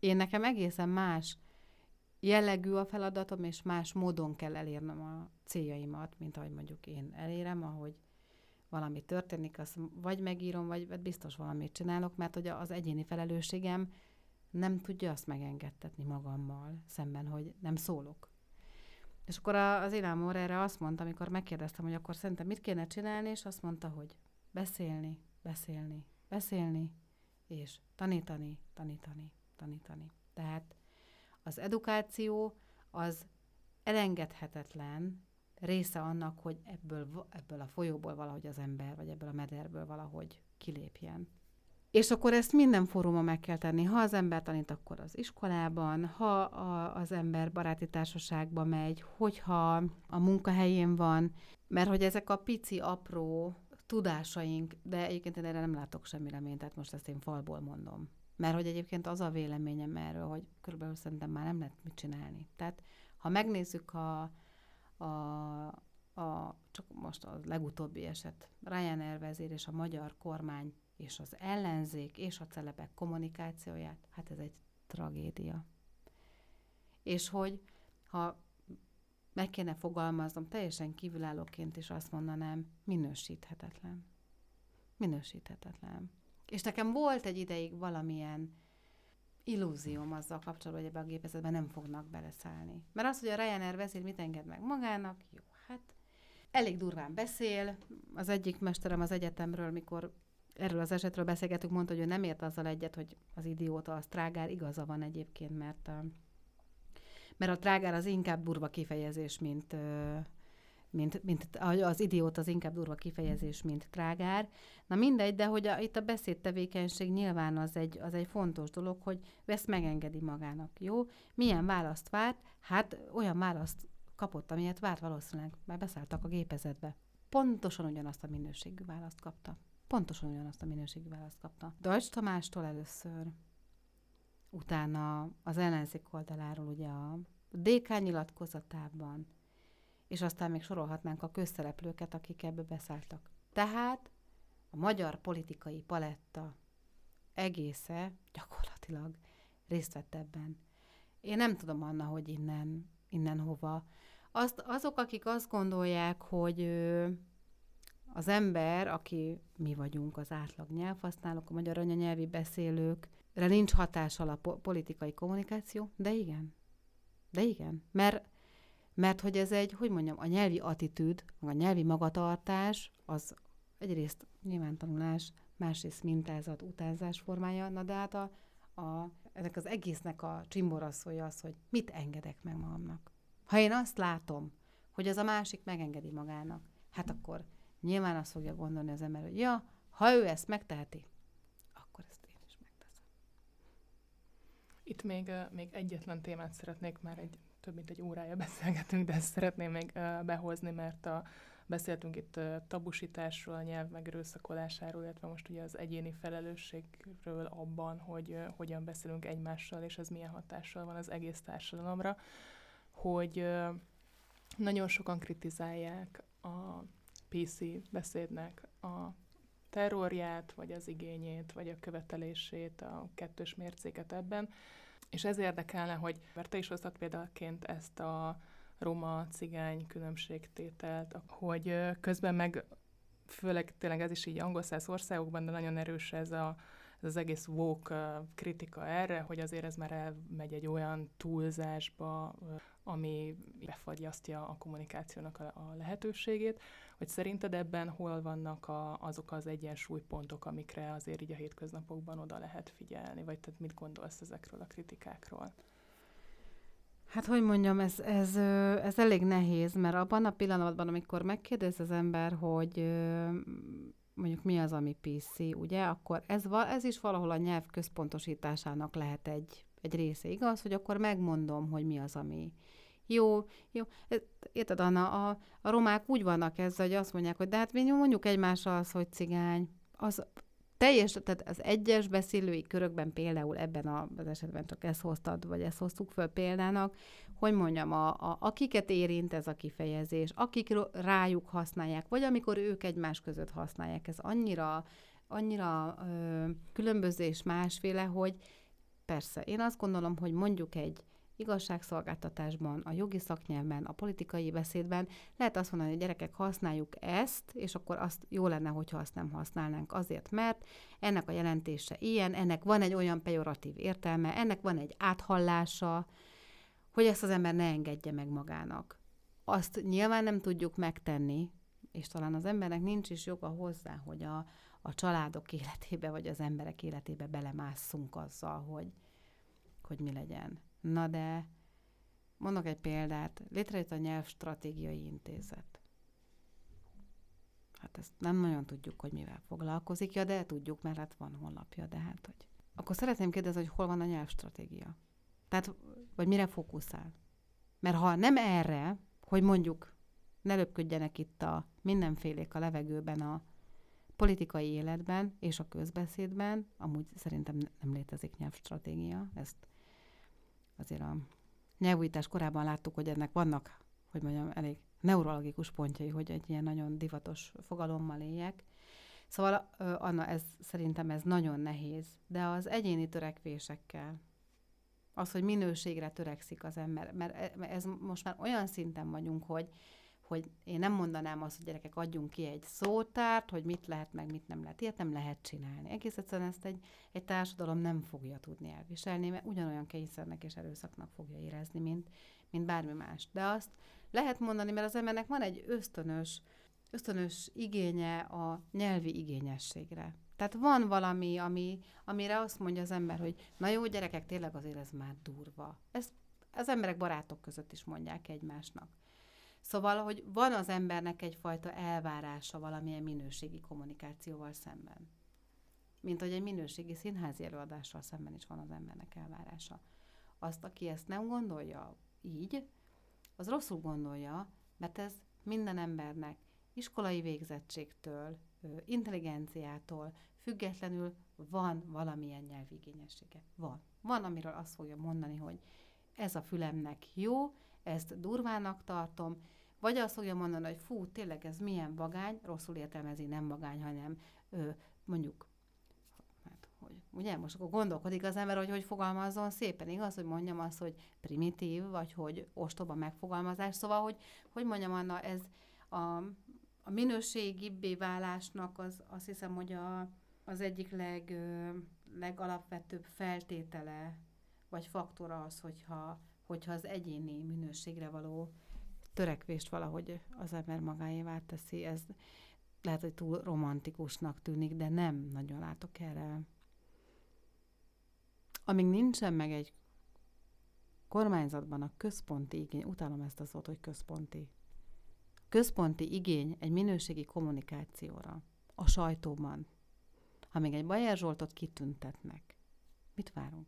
én nekem egészen más jellegű a feladatom, és más módon kell elérnem a céljaimat, mint ahogy mondjuk én elérem, ahogy valami történik, azt vagy megírom, vagy biztos valamit csinálok, mert hogy az egyéni felelősségem nem tudja azt megengedtetni magammal szemben, hogy nem szólok. És akkor az Ilham úr erre azt mondta, amikor megkérdeztem, hogy akkor szerintem mit kéne csinálni, és azt mondta, hogy beszélni, beszélni, beszélni, és tanítani, tanítani, tanítani. Tehát az edukáció az elengedhetetlen része annak, hogy ebből, ebből a folyóból valahogy az ember, vagy ebből a mederből valahogy kilépjen. És akkor ezt minden fórumon meg kell tenni. Ha az ember tanít, akkor az iskolában, ha a, az ember baráti társaságba megy, hogyha a munkahelyén van, mert hogy ezek a pici, apró tudásaink, de egyébként én erre nem látok semmi reményt, tehát most ezt én falból mondom. Mert hogy egyébként az a véleményem erről, hogy körülbelül szerintem már nem lehet mit csinálni. Tehát ha megnézzük a, a, a csak most a legutóbbi eset, Ryanair vezér és a magyar kormány és az ellenzék és a celebek kommunikációját, hát ez egy tragédia. És hogy ha meg kéne fogalmaznom, teljesen kívülállóként is azt mondanám, minősíthetetlen. Minősíthetetlen. És nekem volt egy ideig valamilyen illúzióm azzal kapcsolatban, hogy ebbe a gépezetben nem fognak beleszállni. Mert az, hogy a Ryanair vezér mit enged meg magának, jó, hát elég durván beszél. Az egyik mesterem az egyetemről, mikor erről az esetről beszélgetünk, mondta, hogy ő nem ért azzal egyet, hogy az idióta, az trágár, igaza van egyébként, mert a, mert a trágár az inkább durva kifejezés, mint, mint, mint az idióta az inkább durva kifejezés, mint trágár. Na mindegy, de hogy a, itt a beszédtevékenység nyilván az egy, az egy fontos dolog, hogy ezt megengedi magának, jó? Milyen választ várt? Hát olyan választ kapott, amilyet várt valószínűleg, mert beszálltak a gépezetbe. Pontosan ugyanazt a minőségű választ kapta. Pontosan ugyanazt a minőségű választ kapta. Deutsch Tamástól először, utána az ellenzék oldaláról ugye a dé ká nyilatkozatában, és aztán még sorolhatnánk a közszereplőket, akik ebbe beszálltak. Tehát a magyar politikai paletta egésze gyakorlatilag részt vett ebben. Én nem tudom, Anna, hogy innen, innen hova. Azt, azok, akik azt gondolják, hogy az ember, aki mi vagyunk, az átlag nyelvhasználók, a magyar anyanyelvi beszélőkre nincs hatással a po- politikai kommunikáció, de igen. De igen. Mert, mert hogy ez egy, hogy mondjam, a nyelvi attitűd, a nyelvi magatartás, az egyrészt nyilvántanulás, másrészt mintázat, utánzás formája, na de hát a, a, ennek az egésznek a csimboraszója az, hogy mit engedek meg magamnak. Ha én azt látom, hogy az a másik megengedi magának, hát akkor nyilván azt fogja gondolni az ember, hogy ja, ha ő ezt megteheti, akkor ezt én is megteszem. Itt még, még egyetlen témát szeretnék, már egy több mint egy órája beszélgetünk, de ezt szeretném még behozni, mert a, beszéltünk itt tabusításról, a nyelv megerőszakolásáról, illetve most ugye az egyéni felelősségről abban, hogy hogyan beszélünk egymással, és ez milyen hatással van az egész társadalomra, hogy nagyon sokan kritizálják a pé cé beszédnek a terrorját, vagy az igényét, vagy a követelését, a kettős mércéket ebben. És ez érdekelne, hogy mert te is hoztad példaként ezt a roma-cigány különbségtételt, hogy közben meg, főleg tényleg ez is így angolszász országokban, de nagyon erős ez, a, ez az egész woke kritika erre, hogy azért ez már elmegy egy olyan túlzásba, ami befagyasztja a kommunikációnak a, a lehetőségét, hogy szerinted ebben hol vannak a, azok az egyensúlypontok, amikre azért így a hétköznapokban oda lehet figyelni, vagy tehát mit gondolsz ezekről a kritikákról? Hát, hogy mondjam, ez, ez, ez elég nehéz, mert abban a pillanatban, amikor megkérdez az ember, hogy mondjuk mi az, ami pé cé, ugye, akkor ez, ez is valahol a nyelv központosításának lehet egy, egy része, igaz, hogy akkor megmondom, hogy mi az, ami jó, jó. Érted, Anna, a, a romák úgy vannak ezzel, hogy azt mondják, hogy de hát mi mondjuk egymásra az, hogy cigány. Az teljes, tehát az egyes beszélői körökben például ebben az esetben csak ezt hoztad, vagy ezt hoztuk föl példának, hogy mondjam, a, a, akiket érint ez a kifejezés, akik rájuk használják, vagy amikor ők egymás között használják, ez annyira, annyira ö, különböző és másféle, hogy Persze, én azt gondolom, hogy mondjuk egy igazságszolgáltatásban, a jogi szaknyelvben, a politikai beszédben lehet azt mondani, hogy gyerekek, használjuk ezt, és akkor azt jó lenne, hogyha azt nem használnánk azért, mert ennek a jelentése ilyen, ennek van egy olyan pejoratív értelme, ennek van egy áthallása, hogy ezt az ember ne engedje meg magának. Azt nyilván nem tudjuk megtenni, és talán az embernek nincs is joga hozzá, hogy a, a családok életébe, vagy az emberek életébe belemásszunk azzal, hogy, hogy mi legyen. Na de mondok egy példát, létrejött a Nyelvstratégiai Intézet. Hát ezt nem nagyon tudjuk, hogy mivel foglalkozik, ja, de tudjuk, mert hát van honlapja, de hát hogy. Akkor szeretném kérdezni, hogy hol van a nyelvstratégia? Tehát, vagy mire fókuszál? Mert ha nem erre, hogy mondjuk ne löpködjenek itt a mindenfélék a levegőben a politikai életben és a közbeszédben, amúgy szerintem nem létezik nyelvstratégia, ezt azért a nyelvújítás korában láttuk, hogy ennek vannak, hogy mondjam, elég neurologikus pontjai, hogy egy ilyen nagyon divatos fogalommal éljek. Szóval, Anna, ez, szerintem ez nagyon nehéz, de az egyéni törekvésekkel, az, hogy minőségre törekszik az ember, mert ez most már olyan szinten vagyunk, hogy, hogy én nem mondanám azt, hogy gyerekek, adjunk ki egy szótárt, hogy mit lehet, meg mit nem lehet. Ilyet nem lehet csinálni. Egész egyszerűen ezt egy, egy társadalom nem fogja tudni elviselni, mert ugyanolyan kényszernek és erőszaknak fogja érezni, mint, mint bármi más. De azt lehet mondani, mert az embernek van egy ösztönös, ösztönös igénye a nyelvi igényességre. Tehát van valami, ami, amire azt mondja az ember, hogy na jó, gyerekek, tényleg azért ez már durva. Ezt az emberek barátok között is mondják egymásnak. Szóval, hogy van az embernek egyfajta elvárása valamilyen minőségi kommunikációval szemben. Mint hogy egy minőségi színházi előadással szemben is van az embernek elvárása. Azt, aki ezt nem gondolja így, az rosszul gondolja, mert ez minden embernek iskolai végzettségtől, intelligenciától függetlenül van valamilyen nyelvigényessége. Van. Van, amiről azt fogja mondani, hogy ez a fülemnek jó, ezt durvának tartom, vagy azt fogja mondani, hogy fú, tényleg ez milyen vagány, rosszul értelmezi, nem vagány, hanem ö, mondjuk, hát, hogy, ugye, most akkor gondolkodik az ember, hogy hogy fogalmazzon szépen, igaz, hogy mondjam azt, hogy primitív, vagy hogy ostoba megfogalmazás, szóval, hogy, hogy mondjam, Anna, ez a, a minőségibbé válásnak az, azt hiszem, hogy a, az egyik leg, ö, legalapvetőbb feltétele, vagy faktora az, hogyha, hogyha az egyéni minőségre való törekvést valahogy az ember magáévá teszi. Ez lehet, hogy túl romantikusnak tűnik, de nem nagyon látok erre. Amíg nincsen meg egy kormányzatban a központi igény, utálom ezt a szót, hogy központi, központi igény egy minőségi kommunikációra a sajtóban, ha még egy Bajer Zsoltot kitüntetnek, mit várunk?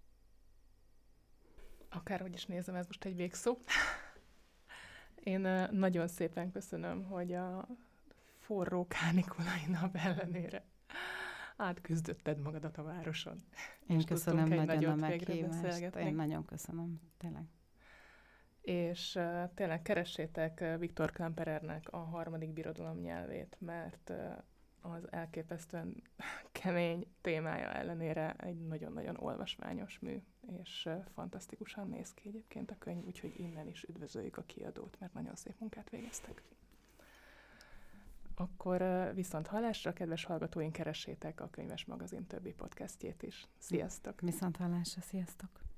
Akárhogy is nézem, ez most egy végszó. Én nagyon szépen köszönöm, hogy a forró kánikulai nap ellenére átküzdötted magadat a városon. Én köszönöm nagyon a meghívást. Én nagyon köszönöm, tényleg. És uh, tényleg keressétek Viktor Klemperernek a Harmadik Birodalom nyelvét, mert uh, az elképesztően kemény témája ellenére egy nagyon-nagyon olvasmányos mű, és uh, fantasztikusan néz ki egyébként a könyv, úgyhogy innen is üdvözöljük a kiadót, mert nagyon szép munkát végeztek. Akkor uh, viszont hallásra, kedves hallgatóink, keressétek a Könyves Magazin többi podcastjét is. Sziasztok! Viszont hallásra, sziasztok!